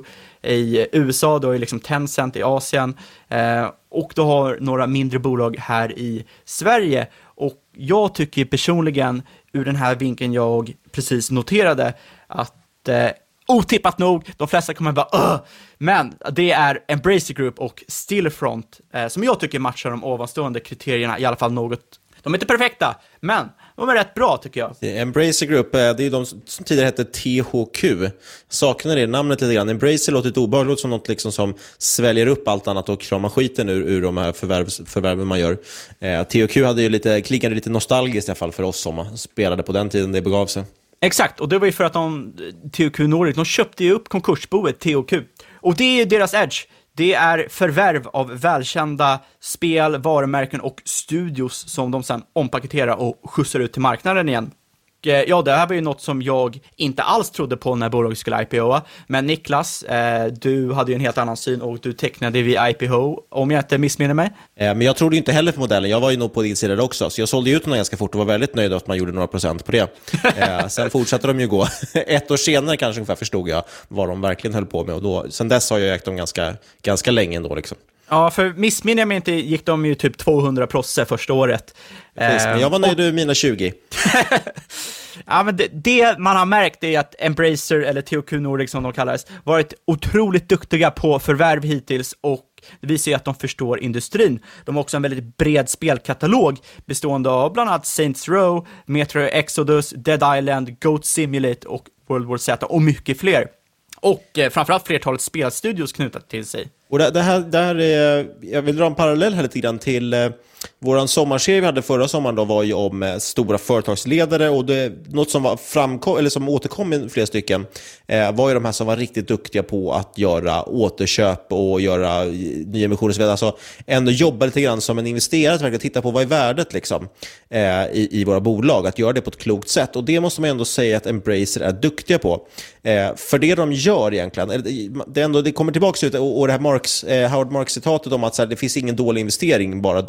I U S A då är liksom Tencent i Asien. Eh, och då har några mindre bolag här i Sverige. Och jag tycker personligen, ur den här vinkeln jag precis noterade, att... Eh, otippat nog, de flesta kommer bara Åh! Men det är Embracer Group och Stillfront eh, som jag tycker matchar de ovanstående kriterierna, i alla fall något. De är inte perfekta, men de är rätt bra tycker jag. Embracer Group, det är de som tidigare hette T H Q. Saknar det namnet lite grann. Embracer låter ett obehagligt som något liksom som sväljer upp allt annat och kramar skiten ur, ur de här förvärv, förvärven man gör. Eh, T H Q hade ju lite, klickade lite nostalgiskt i alla fall för oss som spelade på den tiden det begav sig. Exakt, och det var ju för att de, T H Q Nordic, de köpte ju upp konkursboet T H Q. Och det är ju deras edge. Det är förvärv av välkända spel, varumärken och studios som de sedan ompaketerar och skjutsar ut till marknaden igen. Ja, det här var ju något som jag inte alls trodde på när bolaget skulle I P O. Men Niklas, eh, du hade ju en helt annan syn och du tecknade vid I P O, om jag inte missminner mig. Eh, men jag trodde inte heller på modellen. Jag var ju nog på din sida också. Så jag sålde ut den ganska fort och var väldigt nöjd att man gjorde några procent på det. Eh, sen fortsatte de ju gå. Ett år senare kanske ungefär förstod jag vad de verkligen höll på med. Och då, sen dess har jag ägt dem ganska, ganska länge ändå liksom. Ja, för missminner jag mig inte gick de ju typ tvåhundra procent första året. Precis, men jag var nöjd med mina tjugo. Ja, men det, det man har märkt är att Embracer, eller T H Q Nordic som de kallades, varit otroligt duktiga på förvärv hittills, och det visar ju att de förstår industrin. De har också en väldigt bred spelkatalog bestående av bland annat Saints Row, Metro Exodus, Dead Island, Goat Simulator och World War Z och mycket fler. Och eh, framförallt flertalet spelstudios knutat till sig. Och det, det, här, det här är, jag vill dra en parallell här lite grann till eh, våran sommarserie vi hade förra sommaren då, var ju om eh, stora företagsledare, och det, något som var framkom, eller som återkom i flera stycken eh, var ju de här som var riktigt duktiga på att göra återköp och göra nya emissioner och så vidare. Alltså ändå jobba lite grann som en investerare, att verkligen titta på vad är värdet liksom, eh, i, i våra bolag, att göra det på ett klokt sätt. Och det måste man ändå säga att Embracer är duktiga på. Eh, för det de gör egentligen, det, ändå, det kommer tillbaka ut, och, och det här Marks, eh, Howard Marks citatet om att så här, det finns ingen dålig investering, bara ett dåligt pris.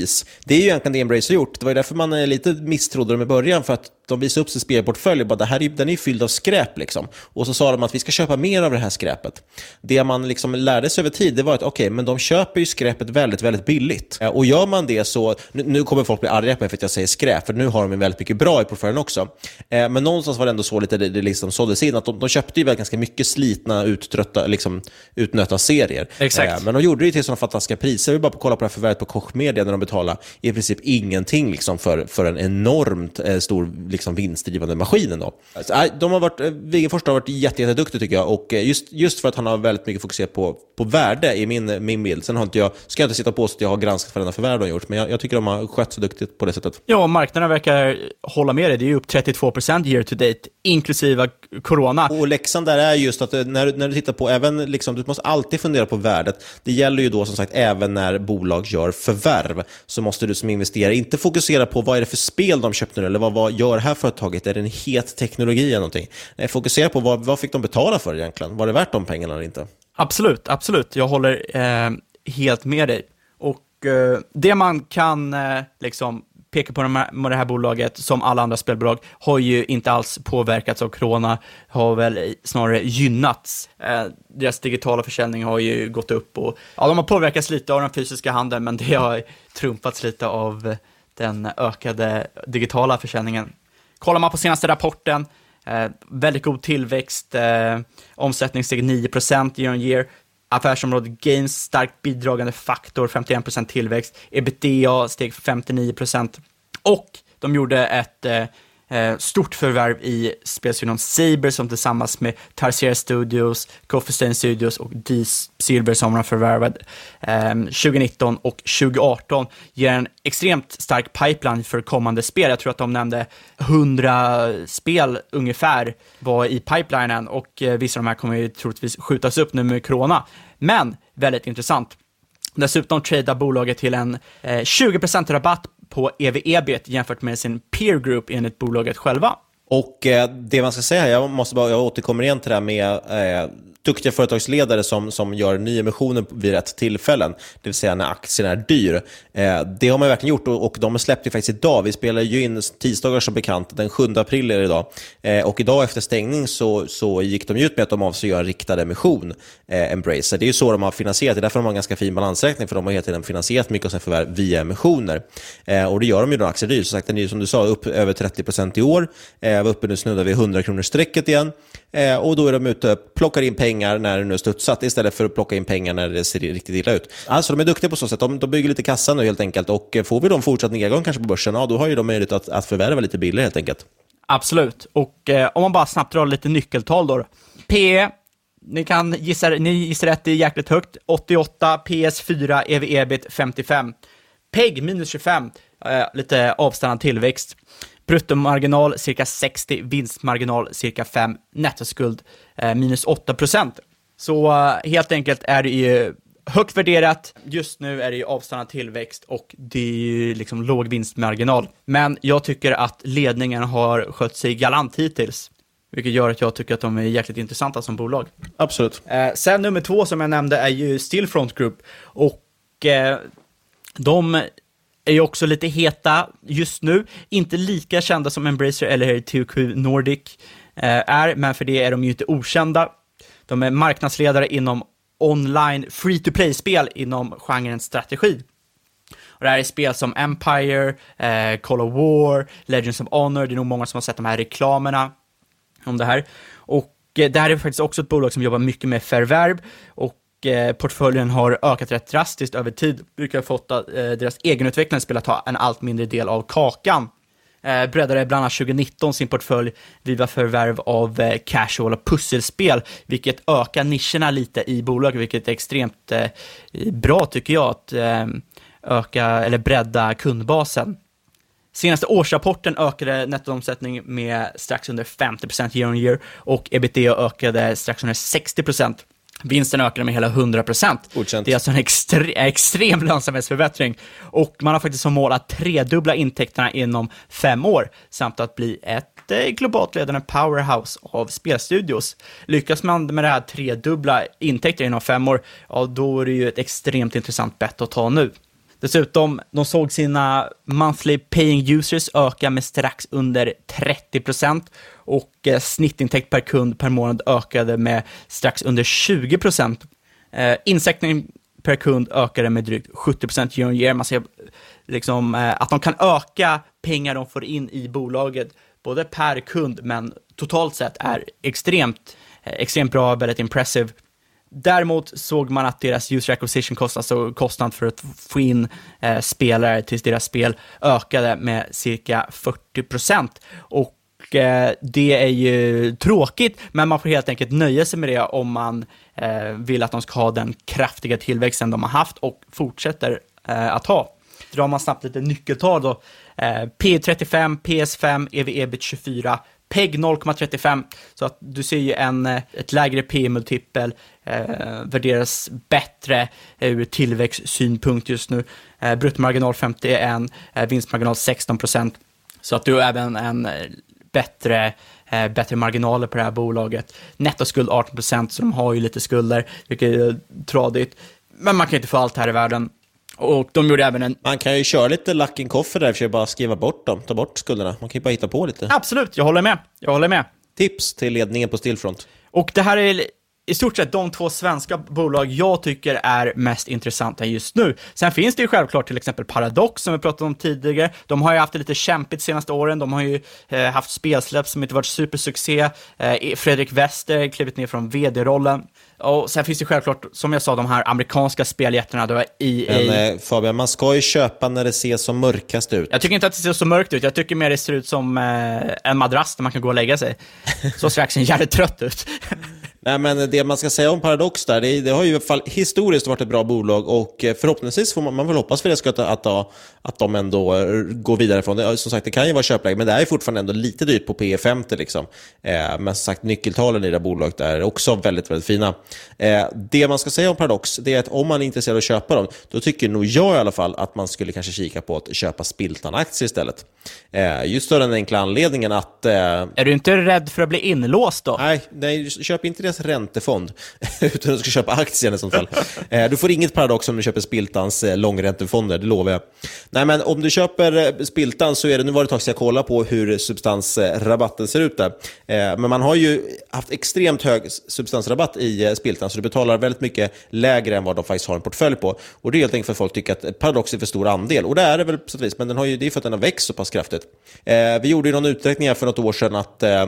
pris. Det är ju egentligen det Embracer har gjort. Det var ju därför man är lite misstrodde dem i början, för att de visade upp sin spelportfölj och bara, det här är, den är ju fylld av skräp liksom. Och så sa de att vi ska köpa mer av det här skräpet. Det man liksom lärde sig över tid, det var att okej, okay, men de köper ju skräpet väldigt, väldigt billigt. Och gör man det så, nu, nu kommer folk bli arga på mig för att jag säger skräp, för nu har de väldigt mycket bra i portföljen också. Men någonstans var det ändå så lite, det, det liksom såddes in, att de, de köpte ju väl ganska mycket slitna, uttrötta, liksom utnötta serier. Exakt. Men de gjorde det ju till sådana fantastiska priser. Vi bara på kolla på det här förvärvet på Koch Media, när de betalar i princip ingenting liksom för, för en enormt eh, stor liksom vinstdrivande maskinen då. Alltså, de har varit, Wigforss har varit jätte, jätteduktig tycker jag, och just, just för att han har väldigt mycket fokuserat på, på värde i min, min bild. Sen har inte jag, ska jag inte sitta på så att jag har granskat varenda förvärv de har gjort, men jag, jag tycker de har skött så duktigt på det sättet. Ja, marknaden verkar hålla med det. Det är ju upp trettiotvå procent year to date, inklusive corona. Och läxan där är just att när, när du tittar på, även liksom, du måste alltid fundera på värdet. Det gäller ju då som sagt även när bolag gör förvärv, så måste du som investerare inte fokusera på vad är det för spel de köpte nu, eller vad, vad gör det här företaget, är det en het teknologi eller någonting. Nej, fokusera på vad, vad fick de betala för egentligen, var det värt de pengarna eller inte? Absolut, absolut, jag håller eh, helt med dig. Och eh, det man kan eh, liksom peka på med det här bolaget, som alla andra spelbolag, har ju inte alls påverkats av corona, har väl snarare gynnats. Eh, deras digitala försäljning har ju gått upp, och ja, de har påverkats lite av den fysiska handeln, men det har trumpats lite av den ökade digitala försäljningen. Kollar man på senaste rapporten, eh, väldigt god tillväxt, eh, omsättning steg nio procent year on year, affärsområdet Games starkt bidragande faktor, femtioen procent tillväxt, EBITDA steg femtionio procent, och de gjorde ett eh, stort förvärv i spelstudion Saber, som tillsammans med Tarsier Studios, Coffee Stain Studios och Deep Silver, som de förvärvade eh, tjugonitton och tjugoarton, ger en extremt stark pipeline för kommande spel. Jag tror att de nämnde hundra spel ungefär var i pipelinen, och eh, vissa av de här kommer ju troligtvis skjutas upp nu med corona. Men väldigt intressant. Dessutom tradar bolaget till en eh, tjugo procent rabatt på E V-ebit jämfört med sin peer group enligt bolaget själva. Och eh, det man ska säga, jag måste bara, jag återkommer igen till det här med eh, duktiga företagsledare som, som gör nyemissioner vid rätt tillfällen, det vill säga när aktien är dyr. Eh, det har man verkligen gjort, och, och de har släppt det faktiskt idag. Vi spelar ju in tisdagar som bekant, den sjunde april är det idag. Eh, och idag efter stängning så, så gick de ut med att de avser att göra en riktad emission, eh, Embracer. Det är ju så de har finansierat, det är därför de har en ganska fin balansräkning, för de har hela tiden finansierat mycket av sina förvärv via emissioner. Eh, och det gör de ju när aktien är dyr. Så sagt, den är ju som du sa upp över trettio procent i år. Eh, var uppe nu snuddar vi hundra kronor strecket igen. Eh, och då är de ute och plockar in pengar när det nu är studsat, istället för att plocka in pengar när det ser riktigt illa ut. Alltså de är duktiga på så sätt, de, de bygger lite kassa nu helt enkelt, och får vi dem fortsatt nedgång kanske på börsen, ja, då har ju de möjlighet att, att förvärva lite billigare helt enkelt. Absolut, och eh, om man bara snabbt drar lite nyckeltal då. P E, ni kan gissa, ni gissar rätt, det är jäkligt högt, åttioåtta, P S fyra, E V-ebit femtiofem, P E G minus tjugofem, eh, lite avstannad tillväxt. Bruttomarginal cirka sextio, vinstmarginal cirka fem, nettoskuld eh, minus åtta procent. Så eh, helt enkelt är det ju högt värderat. Just nu är det ju avstannad tillväxt, och det är ju liksom låg vinstmarginal. Men jag tycker att ledningen har skött sig galant hittills, vilket gör att jag tycker att de är jäkligt intressanta som bolag. Absolut. Eh, sen nummer två som jag nämnde är ju Stillfront Group, och eh, de är ju också lite heta just nu. Inte lika kända som Embracer eller T Q Nordic eh, är, men för det är de ju inte okända. De är marknadsledare inom online free-to-play-spel inom genren strategi. Och det här är spel som Empire, eh, Call of War, Legends of Honor. Det är nog många som har sett de här reklamerna om det här. Och eh, det här är faktiskt också ett bolag som jobbar mycket med förvärv, och portföljen har ökat rätt drastiskt över tid, vilket har fått att eh, deras egenutvecklande spel att ta en allt mindre del av kakan. Eh, breddade bland annat tjugonitton sin portfölj via förvärv av eh, casual och pusselspel, vilket ökar nischerna lite i bolaget, vilket är extremt eh, bra tycker jag, att eh, öka eller bredda kundbasen. Senaste årsrapporten ökade nettoomsättning med strax under femtio procent year on year, och EBITDA ökade strax under sextio procent. Vinsten ökade med hela hundra procent. Godkänt. Det är alltså en extre- extrem lönsamhetsförbättring. Och man har faktiskt som mål att tredubbla intäkterna inom fem år, samt att bli ett eh, globalt ledande powerhouse av spelstudios. Lyckas man med det här tredubbla intäkter inom fem år, ja, då är det ju ett extremt intressant bett att ta nu. Dessutom, de såg sina monthly paying users öka med strax under trettio procent och eh, snittintäkt per kund per månad ökade med strax under tjugo procent. Eh, insättning per kund ökade med drygt sjuttio procent year on year. Man ser liksom, eh, att de kan öka pengar de får in i bolaget både per kund, men totalt sett är extremt, eh, extremt bra, väldigt impressive. Däremot såg man att deras user acquisition cost, alltså kostnad för att få in eh, spelare till deras spel, ökade med cirka fyrtio procent. Och eh, det är ju tråkigt, men man får helt enkelt nöja sig med det om man eh, vill att de ska ha den kraftiga tillväxten de har haft och fortsätter eh, att ha. Drar man snabbt lite nyckeltal då. Eh, P trettiofem, P S fem, E V ebit tjugofyra, P E G noll komma trettiofem, så att du ser ju en, ett lägre P E-multipel eh, värderas bättre ur tillväxtsynpunkt just nu. Eh, bruttomarginal femtioen, eh, vinstmarginal sexton procent, så att du har även en bättre, eh, bättre marginaler på det här bolaget. Nettoskuld arton procent, så de har ju lite skulder, vilket är tradigt. Men man kan inte få allt här i världen. Och de gjorde även en... Man kan ju köra lite Luckin Coffee där, för att bara skriva bort dem, ta bort skulderna. Man kan ju bara hitta på lite. Absolut, jag håller med. Jag håller med. Tips till ledningen på Stillfront. Och det här är i stort sett de två svenska bolag jag tycker är mest intressanta just nu. Sen finns det ju självklart till exempel Paradox som vi pratade om tidigare. De har ju haft det lite kämpigt senaste åren. De har ju eh, haft spelsläpp som inte varit supersuccé. Eh, Fredrik Wester klivit ner från vd-rollen. Och sen finns det självklart, som jag sa, de här amerikanska speljättarna då i... Men eh, Fabian, man ska ju köpa när det ser så mörkast ut. Jag tycker inte att det ser så mörkt ut. Jag tycker mer det ser ut som eh, en madrass där man kan gå och lägga sig. Så ser aktien jävligt trött ut. Nej, men det man ska säga om Paradox där, det, det har ju i alla fall historiskt varit ett bra bolag, och förhoppningsvis får man, man väl hoppas för det ska att, att, att de ändå går vidare från det. Som sagt, det kan ju vara köpläge, men det är fortfarande ändå lite dyrt på P E femtio liksom. Eh, men som sagt, nyckeltalen i det bolaget är också väldigt, väldigt fina. Eh, det man ska säga om Paradox, det är att om man är intresserad av att köpa dem, då tycker nog jag i alla fall att man skulle kanske kika på att köpa Spiltan-aktier istället. Eh, just av den enkla anledningen att... Eh, är du inte rädd för att bli inlåst då? Nej, nej, köp inte deras räntefond utan du ska köpa aktien i sånt fall. Eh, du får inget Paradox om du köper Spiltans eh, långräntefonder, det lovar jag. Nej, men om du köper eh, Spiltan så är det, nu var det tag så jag kolla på hur substansrabatten ser ut där. Eh, men man har ju haft extremt hög substansrabatt i eh, Spiltan, så du betalar väldigt mycket lägre än vad de faktiskt har en portfölj på. Och det är helt enkelt för att folk tycker att Paradox är för stor andel. Och det är det väl på sätt och vis, men den har ju, det är för att den har växt så pass kraftigt. Eh, vi gjorde ju någon uträkning här för något år sedan att eh,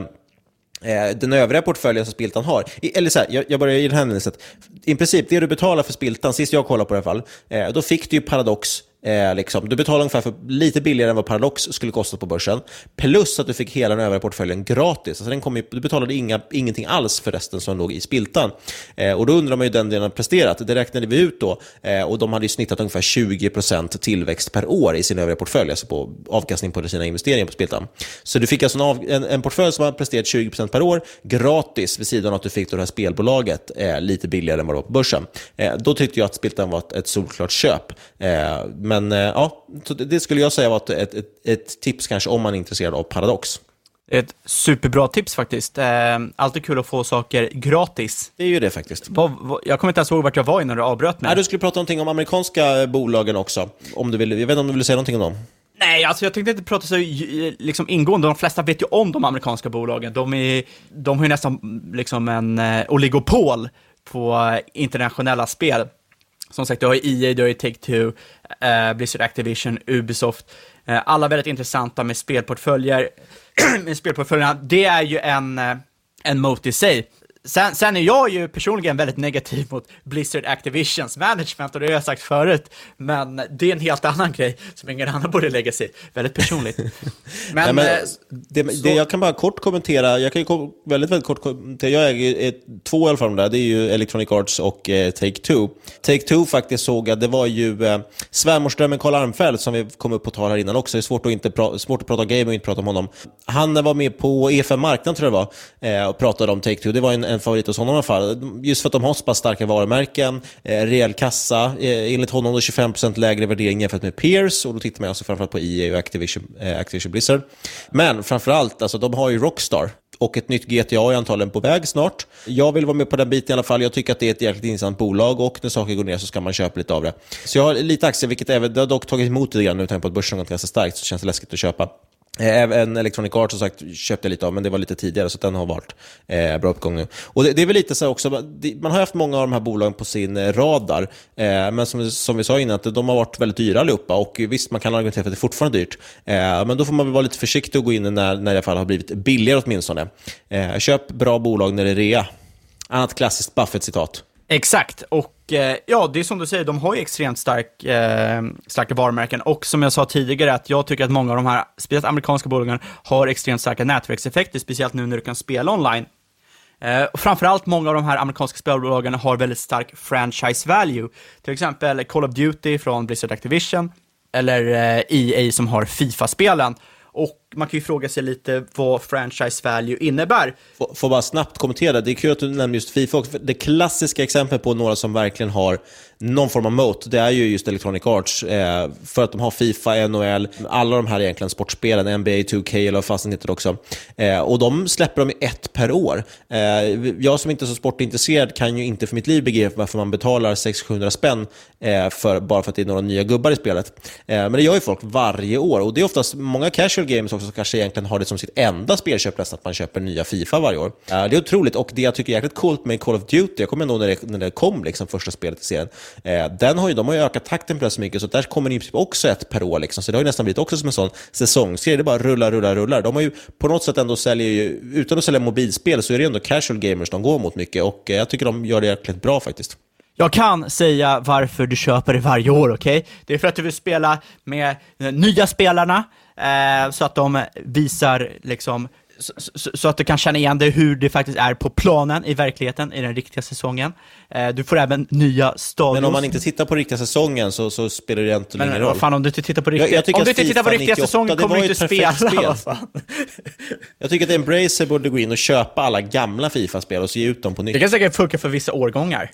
den övriga portföljen som Spiltan har, eller så här, jag, jag börjar i det här händelset. I princip, det du betalar för Spiltan, sist jag kollade på det här fall, eh, då fick du ju Paradox. Eh, liksom. Du betalar ungefär för lite billigare än vad Paradox skulle kosta på börsen, plus att du fick hela den övriga portföljen gratis. Alltså den kom ju, du betalade inga, ingenting alls för resten som låg i Spiltan. Eh, och då undrar man ju den delen har presterat. Det räknade vi ut då, eh, och de hade ju snittat ungefär tjugo procent tillväxt per år i sin övriga portfölj, alltså på avkastning på sina investeringar på Spiltan. Så du fick alltså en, av, en, en portfölj som har presterat tjugo procent per år gratis, vid sidan av att du fick då det här spelbolaget eh, lite billigare än vad det var på börsen. Eh, då tyckte jag att Spiltan var ett, ett solklart köp. Eh, Men ja, det skulle jag säga var ett, ett, ett, ett tips kanske om man är intresserad av Paradox. Ett superbra tips faktiskt. Eh, alltid kul att få saker gratis. Det är ju det faktiskt. Vad, vad, jag kommer inte ens ihåg vart jag var innan du avbröt mig. Nej, du skulle prata någonting om amerikanska bolagen också. Om du vill, jag vet inte om du vill säga någonting om dem. Nej, alltså jag tänkte inte prata så liksom ingående. De flesta vet ju om de amerikanska bolagen. De, är, de har ju nästan liksom en eh, oligopol på internationella spel. Som sagt, du har E A, du har Take-Two, uh, Blizzard Activision, Ubisoft. Uh, alla väldigt intressanta med spelportföljer. med spelportföljerna. Det är ju en, uh, en moat i sig. Sen, sen är jag ju personligen väldigt negativ mot Blizzard Activisions management, och det har jag sagt förut. Men det är en helt annan grej som ingen annan borde lägga sig. Väldigt personligt. Men, Nej, men eh, det, det jag kan bara kort kommentera, jag kan ju kom, väldigt, väldigt kort kommentera, jag äger ett, två i alla fall där, det är ju Electronic Arts och eh, Take-Two. Take-Two faktiskt såg att det var ju eh, svärmorsdrömmen Carl Armfelt som vi kom upp på tal här innan också. Det är svårt att, inte pra, svårt att prata om game och inte prata om honom. Han var med på E fem Marknad tror jag det var, eh, och pratade om Take-Two. Det var en en favorit hos honom i alla fall. Just för att de har så pass starka varumärken, eh, rejäl kassa, eh, enligt honom då tjugofem procent lägre värdering jämfört med peers, och då tittar man alltså framförallt på E A och Activision, eh, Activision Blizzard. Men framförallt, alltså de har ju Rockstar. och ett nytt G T A är antagligen på väg snart. Jag vill vara med på den biten i alla fall. Jag tycker att det är ett jäkligt intressant bolag och när saker går ner så ska man köpa lite av det. Så jag har lite aktier, vilket även, det har dock tagit emot lite grann nu, på att börsen har gått ganska starkt, så känns det läskigt att köpa. Även Electronic Arts som sagt köpte jag lite av, men det var lite tidigare så den har varit eh, bra uppgång nu. Och det, det är väl lite så också, man har haft många av de här bolagen på sin radar, eh, men som, som vi sa innan, att de har varit väldigt dyra allihopa, och visst, man kan argumentera för att det är fortfarande dyrt, eh, men då får man väl vara lite försiktig och gå in när, när det i alla fall har blivit billigare åtminstone. Eh, köp bra bolag när det är rea. Annat klassiskt Buffett-citat. Exakt, och eh, ja, det är som du säger, de har ju extremt stark, eh, starka varumärken, och som jag sa tidigare, att jag tycker att många av de här, speciellt amerikanska bolagen, har extremt starka nätverkseffekter, speciellt nu när du kan spela online. Eh, och framförallt många av de här amerikanska spelbolagen har väldigt stark franchise value, till exempel Call of Duty från Blizzard Activision, eller eh, E A som har FIFA-spelen. Och man kan ju fråga sig lite vad franchise value innebär. Får, får bara snabbt kommentera, det är kul att du nämner just FIFA också. Det klassiska exemplet på några som verkligen har någon form av moat, det är ju just Electronic Arts, eh, för att de har FIFA, N H L, alla de här egentligen sportspelen, N B A two K eller vad fast heter det också, eh, och de släpper dem i ett per år. eh, jag som inte är så sportintresserad kan ju inte för mitt liv begripa varför man betalar sex till sjuhundra spänn eh, för, bara för att det är några nya gubbar i spelet, eh, men det gör ju folk varje år, och det är oftast många casual games också som kanske egentligen har det som sitt enda spelköp, nästan att man köper nya FIFA varje år. eh, det är otroligt, och det jag tycker är jäkligt coolt med Call of Duty, jag kommer ihåg när det, när det kom liksom första spelet i serien, Eh, den har ju, de har ju ökat takten på det så mycket, så där kommer det också ett per år liksom. Så det har ju nästan blivit också som en sån säsongsserie, det bara rullar, rullar, rullar. De har ju på något sätt ändå säljer ju, utan att sälja mobilspel så är det ändå casual gamers de går mot mycket, och jag tycker de gör det jäkligt bra faktiskt. Jag kan säga varför du köper det varje år, okej? Okay? Det är för att du vill spela med nya spelarna, eh, så att de visar liksom, Så, så, så att du kan känna igen det, hur det faktiskt är på planen i verkligheten i den riktiga säsongen. Eh, du får även nya stadion. Men om man inte tittar på riktiga säsongen så, så spelar det inte ingen roll. Fan, om du inte tittar på riktiga, jag, jag om du inte tittar på riktiga säsongen kommer du inte spela. Spel. Jag tycker att Embracer borde gå in och köpa alla gamla FIFA-spel och ge ut dem på nytt. Det kan säkert funka för vissa årgångar.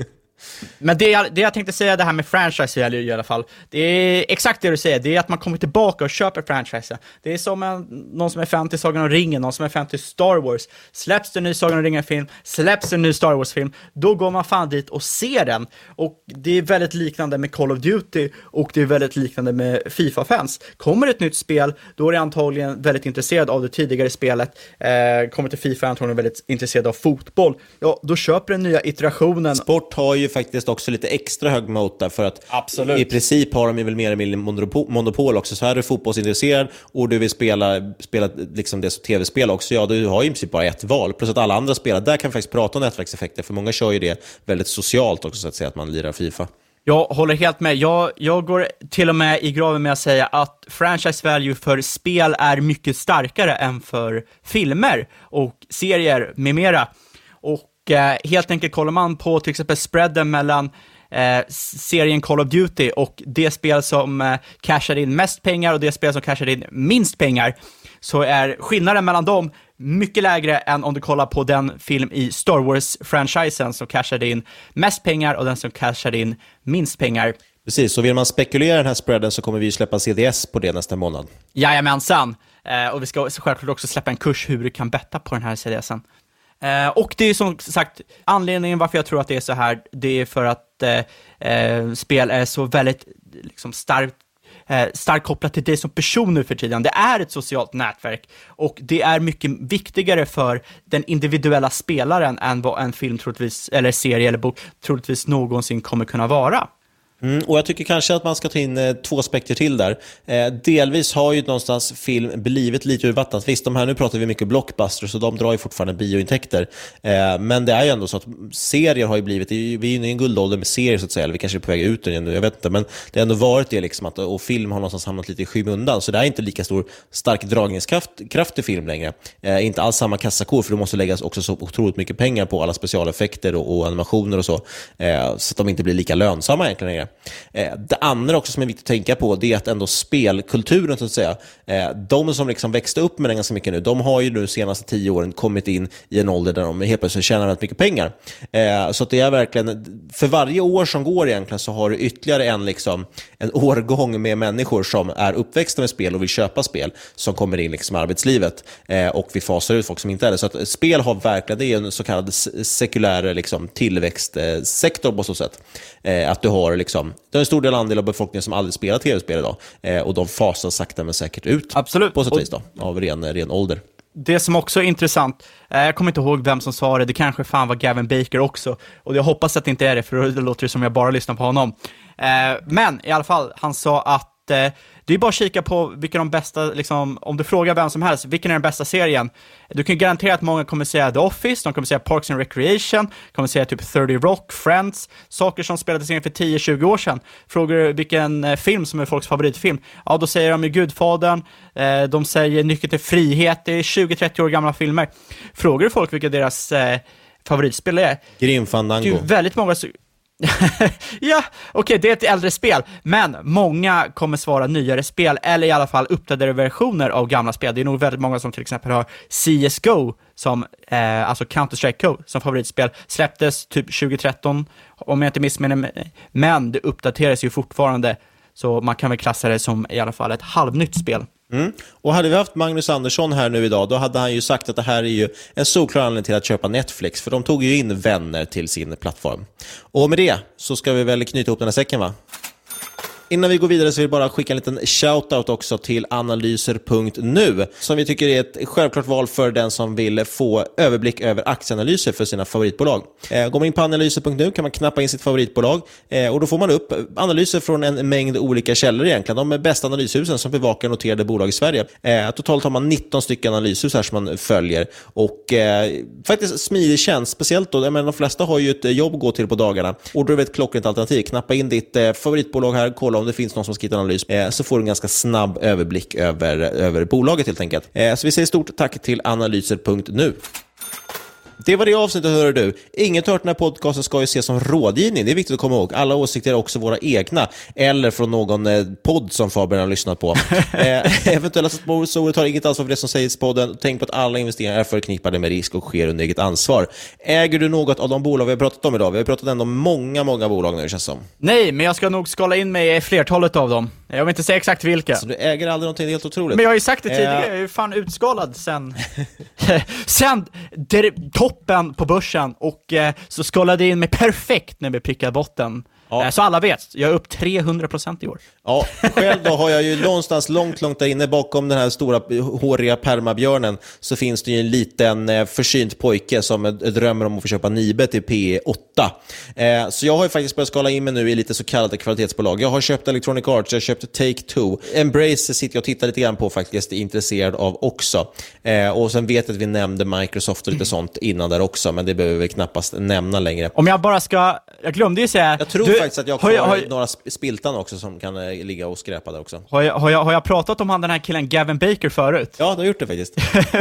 Men det jag, det jag tänkte säga, det här med franchise i alla fall, det är exakt det du säger, det är att man kommer tillbaka och köper franchise. Det är som en, någon som är fan till Sagan om ringen, någon som är fan till Star Wars. Släpps det en ny Sagan om ringen-film, släpps det en ny Star Wars-film, då går man fan dit och ser den. Och det är väldigt liknande med Call of Duty, och det är väldigt liknande med FIFA-fans. Kommer ett nytt spel, då är det antagligen väldigt intresserad av det tidigare spelet. Eh, kommer till FIFA är antagligen väldigt intresserad av fotboll. Ja, då köper den nya iterationen. Sport har ju faktiskt också lite extra hög mot där, för att absolut, i princip har de ju väl mer eller mindre monopol, monopol också. Så här är du fotbollsintresserad och du vill spela, spela liksom det tv-spel också, ja, du har i princip bara ett val, plus att alla andra spelar. Där kan vi faktiskt prata om nätverkseffekter, för många kör ju det väldigt socialt också, så att säga, att man lirar FIFA. Jag håller helt med. Jag, jag går till och med i graven med att säga att franchise value för spel är mycket starkare än för filmer och serier med mera. Och helt enkelt kollar man på till exempel spreaden mellan eh, serien Call of Duty och det spel som eh, cashar in mest pengar och det spel som cashar in minst pengar, så är skillnaden mellan dem mycket lägre än om du kollar på den film i Star Wars-franchisen som cashade in mest pengar och den som cashade in minst pengar. Precis, så vill man spekulera den här spreaden så kommer vi släppa C D S på det nästa månad. Jajamensan, eh, och vi ska självklart också släppa en kurs hur du kan betta på den här C D S:en. Uh, och det är som sagt anledningen varför jag tror att det är så här, det är för att uh, uh, spel är så väldigt liksom, starkt uh, starkt kopplat till dig som person nu för tiden. Det är ett socialt nätverk, och det är mycket viktigare för den individuella spelaren än vad en film troligtvis, eller serie eller bok troligtvis någonsin kommer kunna vara. Mm, och jag tycker kanske att man ska ta in eh, två aspekter till där. Eh, delvis har ju någonstans film blivit lite ur vattnet. Visst, de här, nu pratar vi mycket blockbusters, så de drar ju fortfarande biointäkter. Eh, men det är ju ändå så att serier har ju blivit, vi är ju i en guldålder med serier så att säga, eller vi kanske är på väg ut igen nu, jag vet inte. Men det har ändå varit det liksom, att, och film har någonstans hamnat lite i skymundan. Så det är inte lika stor stark dragningskraft kraft i film längre. Eh, inte alls samma kassakor, för det måste läggas också så otroligt mycket pengar på alla specialeffekter och, och animationer och så. Eh, så att de inte blir lika lönsamma egentligen längre. Eh, det andra också som är viktigt att tänka på, det är att ändå spelkulturen, så att säga, eh, de som liksom växte upp med den ganska mycket nu, de har ju nu de senaste tio åren kommit in i en ålder där de helt plötsligt tjänar väldigt mycket pengar. Eh, så att det är verkligen, för varje år som går egentligen så har du ytterligare en, liksom, en årgång med människor som är uppväxta med spel och vill köpa spel, som kommer in liksom i arbetslivet, eh, och vi fasar ut folk som inte är det. Så att spel har verkligen, det är en så kallad sekulär liksom, tillväxtsektor på så sätt. Eh, att du har liksom, det är en stor del andel av befolkningen som aldrig spelar tv-spel idag, eh, och de fasar sakta men säkert ut. Absolut. På så vis då, av ren, ren ålder. Det som också är intressant, eh, jag kommer inte ihåg vem som sa det, det kanske fan var Gavin Baker också, och jag hoppas att det inte är det, för då låter det som jag bara lyssnar på honom. Eh, men i alla fall, han sa att eh, det är bara att kika på vilka de bästa, liksom, om du frågar vem som helst, vilken är den bästa serien? Du kan garantera att många kommer säga The Office, de kommer säga Parks and Recreation, kommer säga typ thirty Rock, Friends, saker som spelades in för tio tjugo år sedan. Frågar du vilken eh, film som är folks favoritfilm? Ja, då säger de ju Gudfadern, eh, de säger Nyckeln till frihet, det är tjugo trettio år gamla filmer. Frågar du folk vilka deras eh, favoritspel är? Grim Fandango. Det är ju väldigt många... ja, okej, okay, det är ett äldre spel, men många kommer svara nyare spel, eller i alla fall uppdaterade versioner av gamla spel. Det är nog väldigt många som till exempel har C S G O som, eh, alltså Counter-Strike Go som favoritspel, släpptes typ tjugo tretton om jag inte missminner mig, men det uppdateras ju fortfarande, så man kan väl klassa det som i alla fall ett halvnytt spel. Mm. Och hade vi haft Magnus Andersson här nu idag, då hade han ju sagt att det här är ju en solklar anledning till att köpa Netflix, för de tog ju in vänner till sin plattform. Och med det så ska vi väl knyta ihop den här säcken, va? Innan vi går vidare så vill jag bara skicka en liten shoutout också till analyser punkt nu, som vi tycker är ett självklart val för den som vill få överblick över aktieanalyser för sina favoritbolag. Eh, går man in på analyser punkt nu kan man knappa in sitt favoritbolag, eh, och då får man upp analyser från en mängd olika källor egentligen. De bästa analyshusen som bevakar noterade bolag i Sverige. Eh, totalt har man nitton stycken analyshus här som man följer, och eh, faktiskt smidig tjänst, speciellt då, jag menar, de flesta har ju ett jobb att gå till på dagarna, och då är det ett klockrent alternativ. Knappa in ditt eh, favoritbolag här, kolla om det finns någon som skrivit analys, eh, så får du en ganska snabb överblick över, över bolaget helt enkelt. Eh, så vi säger stort tack till analyser punkt nu. Det var det avsnittet, hör du. Inget hört den här podcasten ska ju ses som rådgivning. Det är viktigt att komma ihåg. Alla åsikter är också våra egna, eller från någon eh, podd som Fabian har lyssnat på. eh, eventuella sponsorer tar inget ansvar för det som sägs i podden. Tänk på att alla investeringar är förknippade med risk och sker under eget ansvar. Äger du något av de bolag vi har pratat om idag? Vi har pratat ändå om många, många bolag nu, känns som. Nej, men jag ska nog skala in mig i flertalet av dem. Jag vill inte säga exakt vilka. Så du äger aldrig någonting, det är helt otroligt. Men jag har ju sagt det tidigare, jag är ju fan utskalad sen sen det, toppen på börsen, och eh, så skalade jag in mig perfekt när vi prickade botten. Ja. Eh, så alla vet, jag är upp trehundra procent i år. Ja, själv då har jag ju någonstans långt, långt där inne bakom den här stora håriga permabjörnen, så finns det ju en liten eh, försynt pojke som drömmer om att få köpa Nibe till P E åtta. Eh, så jag har ju faktiskt börjat skala in mig nu i lite så kallade kvalitetsbolag. Jag har köpt Electronic Arts, jag har köpt Take-Two. Embrace sitter jag och tittar lite grann på faktiskt, är intresserad av också. Eh, och sen vet jag att vi nämnde Microsoft och lite sånt innan där också, men det behöver vi knappast nämna längre. Om jag bara ska, jag glömde ju säga... Jag tror du, faktiskt att jag har, jag, har jag, några spiltan också som kan eh, ligga och skräpa där också. Har jag, har, jag, har jag pratat om han den här killen Gavin Baker förut? Ja, du har gjort det faktiskt.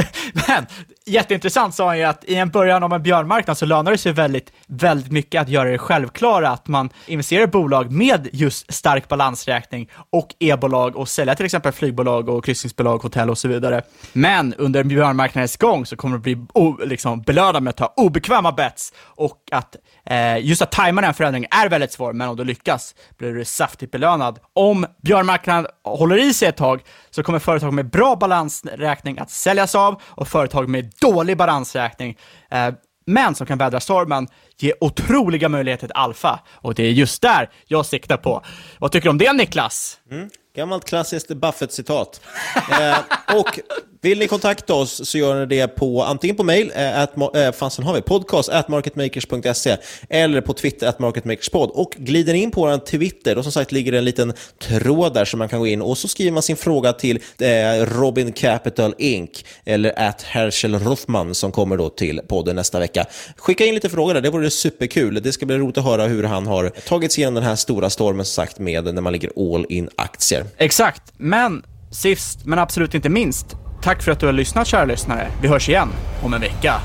Men jätteintressant sa han ju att i en början av en björnmarknad så lönar det sig väldigt, väldigt mycket att göra det självklara att man investerar i bolag med just stark balansräkning och e-bolag och sälja till exempel flygbolag och kryssningsbolag, hotell och så vidare. Men under björnmarknadens gång så kommer det bli o, liksom, belönad med att ta obekväma bets, och att eh, just att tajma den förändringen är väldigt svår, men om du lyckas blir du saftigt belönad. Om björnmarknaden håller i sig ett tag så kommer företag med bra balansräkning att säljas av, och företag med dålig balansräkning eh, men som kan vädra stormen ge otroliga möjligheter till alfa, och det är just där jag siktar på. Vad tycker du om det, Niklas? Mm. Gammalt klassiskt Buffett-citat. eh, och vill ni kontakta oss så gör ni det på antingen på mail eh, at, eh, fansen har vi, podcast at marketmakers punkt se, eller på Twitter at marketmakerspod, och glider in på vår Twitter, och som sagt ligger det en liten tråd där som man kan gå in, och så skriver man sin fråga till eh, Robin Capital Incorporated eller at Herschel Rothman som kommer då till podden nästa vecka. Skicka in lite frågor där, det vore superkul. Det ska bli roligt att höra hur han har tagit sig igenom den här stora stormen, som sagt, med när man ligger all in aktier. Exakt, men sist men absolut inte minst, tack för att du har lyssnat, kära lyssnare. Vi hörs igen om en vecka.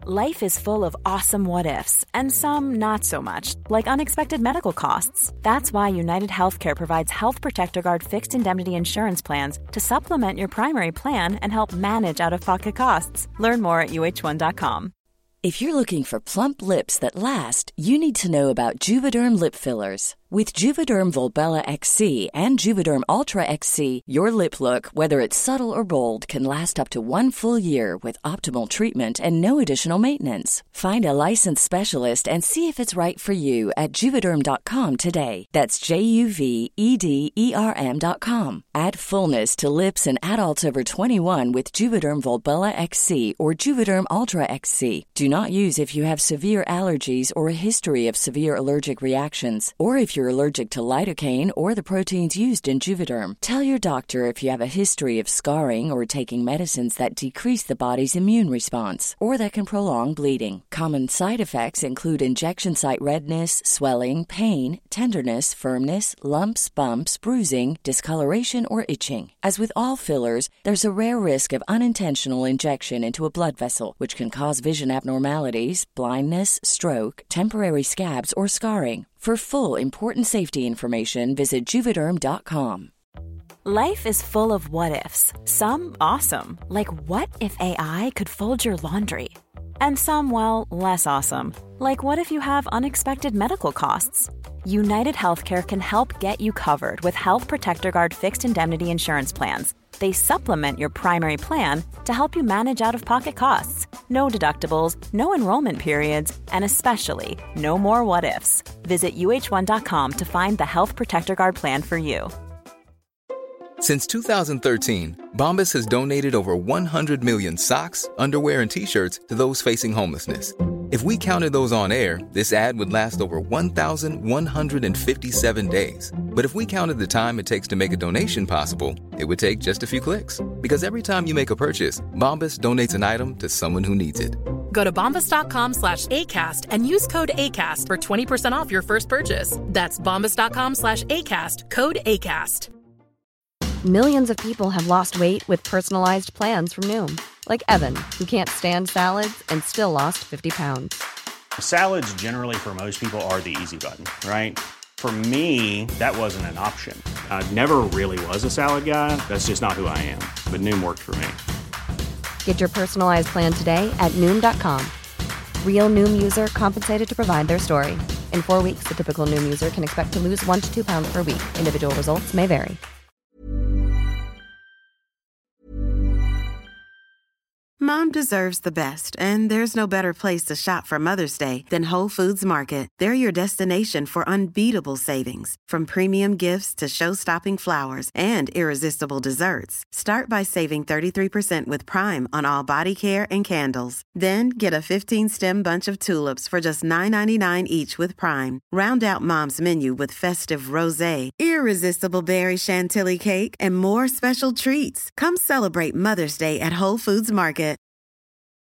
Life is full of awesome what-ifs, and some not so much, like unexpected medical costs. That's why United Healthcare provides Health Protector Guard fixed indemnity insurance plans to supplement your primary plan and help manage out-of-pocket costs. Learn more at U H one dot com. If you're looking for plump lips that last, you need to know about Juvederm lip fillers. With Juvederm Volbella X C and Juvederm Ultra X C, your lip look, whether it's subtle or bold, can last up to one full year with optimal treatment and no additional maintenance. Find a licensed specialist and see if it's right for you at Juvederm dot com today. That's J U V E D E R M dot com. Add fullness to lips in adults over twenty-one with Juvederm Volbella X C or Juvederm Ultra X C. Do not use if you have severe allergies or a history of severe allergic reactions, or if you're allergic to lidocaine or the proteins used in Juvederm. Tell your doctor if you have a history of scarring or taking medicines that decrease the body's immune response or that can prolong bleeding. Common side effects include injection site redness, swelling, pain, tenderness, firmness, lumps, bumps, bruising, discoloration, or itching. As with all fillers, there's a rare risk of unintentional injection into a blood vessel, which can cause vision abnormalities, blindness, stroke, temporary scabs, or scarring. For full, important safety information, visit Juvederm dot com. Life is full of what-ifs. Some awesome, like what if A I could fold your laundry? And some, well, less awesome, like what if you have unexpected medical costs? United Healthcare can help get you covered with Health Protector Guard fixed indemnity insurance plans. They supplement your primary plan to help you manage out-of-pocket costs. No deductibles, no enrollment periods, and especially no more what-ifs. Visit U H one dot com to find the Health Protector Guard plan for you. Since two thousand thirteen, Bombas has donated over one hundred million socks, underwear, and T-shirts to those facing homelessness. If we counted those on air, this ad would last over one thousand one hundred fifty-seven days. But if we counted the time it takes to make a donation possible, it would take just a few clicks. Because every time you make a purchase, Bombas donates an item to someone who needs it. Go to bombas.com slash ACAST and use code ACAST for twenty percent off your first purchase. That's bombas.com slash ACAST, code ACAST. Millions of people have lost weight with personalized plans from Noom. Like Evan, who can't stand salads and still lost fifty pounds. Salads generally for most people are the easy button, right? For me, that wasn't an option. I never really was a salad guy. That's just not who I am. But Noom worked for me. Get your personalized plan today at Noom dot com. Real Noom user compensated to provide their story. In four weeks, the typical Noom user can expect to lose one to two pounds per week. Individual results may vary. Mom deserves the best, and there's no better place to shop for Mother's Day than Whole Foods Market. They're your destination for unbeatable savings, from premium gifts to show-stopping flowers and irresistible desserts. Start by saving thirty-three percent with Prime on all body care and candles. Then get a fifteen-stem bunch of tulips for just nine ninety-nine each with Prime. Round out Mom's menu with festive rosé, irresistible berry chantilly cake, and more special treats. Come celebrate Mother's Day at Whole Foods Market.